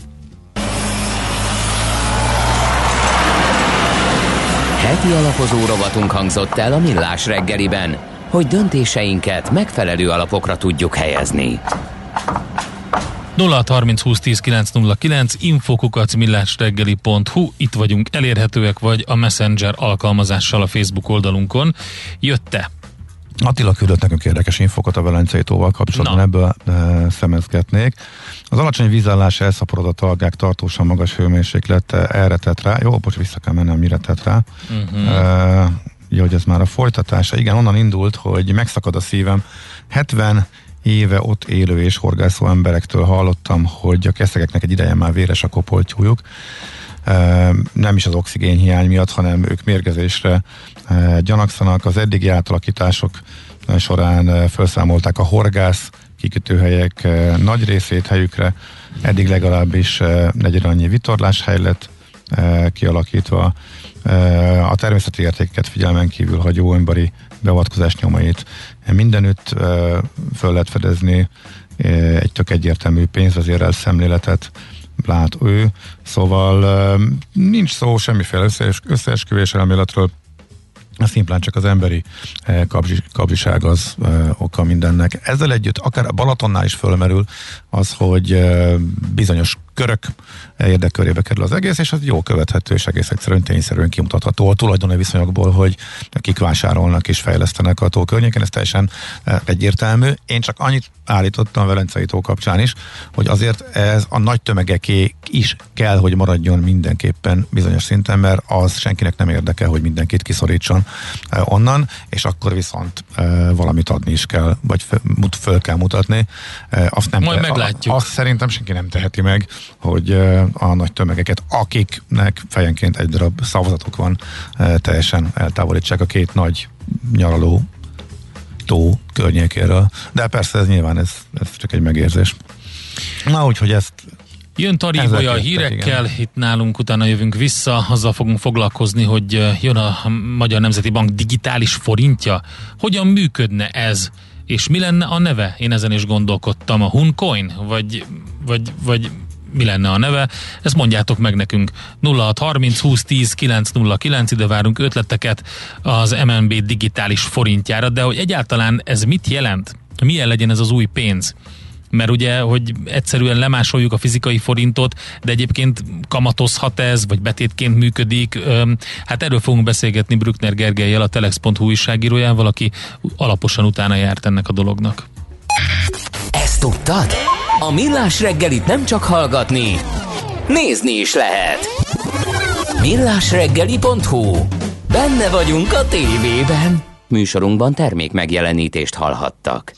Heti alapozó rovatunk hangzott el a Millás reggeliben, hogy döntéseinket megfelelő alapokra tudjuk helyezni. nulla hat harminc húsz tíz kilenc nulla kilenc infokukac millásreggeli pont hu, itt vagyunk, elérhetőek, vagy a Messenger alkalmazással a Facebook oldalunkon. Jött-e? Attila küldött nekünk érdekes infokat a Velencei tóval kapcsolatban, Na. ebből e, szemezgetnék. Az alacsony vízállás elszaporodott algák tartósan magas hőmérséklet erre tett rá. Jó, bocs, vissza kell mennem, mire tett rá. Uh-huh. E, jó, hogy ez már a folytatása. Igen, onnan indult, hogy megszakad a szívem. hetven éve ott élő és horgászó emberektől hallottam, hogy a keszegeknek egy ideje már véres a kopoltyújuk. Nem is az oxigénhiány miatt, hanem ők mérgezésre gyanakszanak. Az eddigi átalakítások során felszámolták a horgász kikötőhelyek nagy részét helyükre. Eddig legalábbis negyed annyi vitorláshely lett kialakítva. A természeti értékeket figyelmen kívül hagyó emberi beavatkozás nyomait mindenütt föl lehet fedezni, egy tök egyértelmű pénzvezérel szemléletet lát ő, szóval nincs szó semmiféle összeesküvés elméletről, szimplán csak az emberi kabzsi, kabzsiság az oka mindennek. Ezzel együtt akár a Balatonnál is fölmerül az, hogy bizonyos körök érdekkörébe kerül az egész, és az jó követhető, és egész egyszerűen tényszerűen kimutatható a tulajdoni viszonyokból, hogy kik vásárolnak és fejlesztenek a tó környéken, ez teljesen egyértelmű. Én csak annyit állítottam a Velencei tó kapcsán is, hogy azért ez a nagy tömegeké is kell, hogy maradjon mindenképpen bizonyos szinten, mert az senkinek nem érdeke, hogy mindenkit kiszorítson onnan, és akkor viszont valamit adni is kell, vagy föl kell mutatni. Azt nem Majd te, meglátjuk. Azt szerintem senki nem teheti meg, hogy a nagy tömegeket, akiknek fejenként egy darab szavazatok van, teljesen eltávolítsák a két nagy nyaraló tó környékéről. De persze ez nyilván ez, ez csak egy megérzés. Na, úgyhogy ezt Jön Taríbolya a hírekkel, igen. Itt nálunk utána jövünk vissza, azzal fogunk foglalkozni, hogy jön a Magyar Nemzeti Bank digitális forintja. Hogyan működne ez? És mi lenne a neve? Én ezen is gondolkodtam. A Huncoin? Vagy, vagy, vagy mi lenne a neve? Ezt mondjátok meg nekünk. nulla hat harminc húsz tíz kilenc nulla kilenc, ide várunk ötleteket az em en bé digitális forintjára, de hogy egyáltalán ez mit jelent? Milyen legyen ez az új pénz? Mert ugye, hogy egyszerűen lemásoljuk a fizikai forintot, de egyébként kamatozhat ez, vagy betétként működik. Hát erről fogunk beszélgetni Brückner Gergellyel, a telex pont hu újságírójával, aki alaposan utána járt ennek a dolognak. Ezt tudtad? A Millás reggelit nem csak hallgatni, nézni is lehet. millásreggeli pont hu. Benne vagyunk a tévében. Műsorunkban termék megjelenítést hallhattak.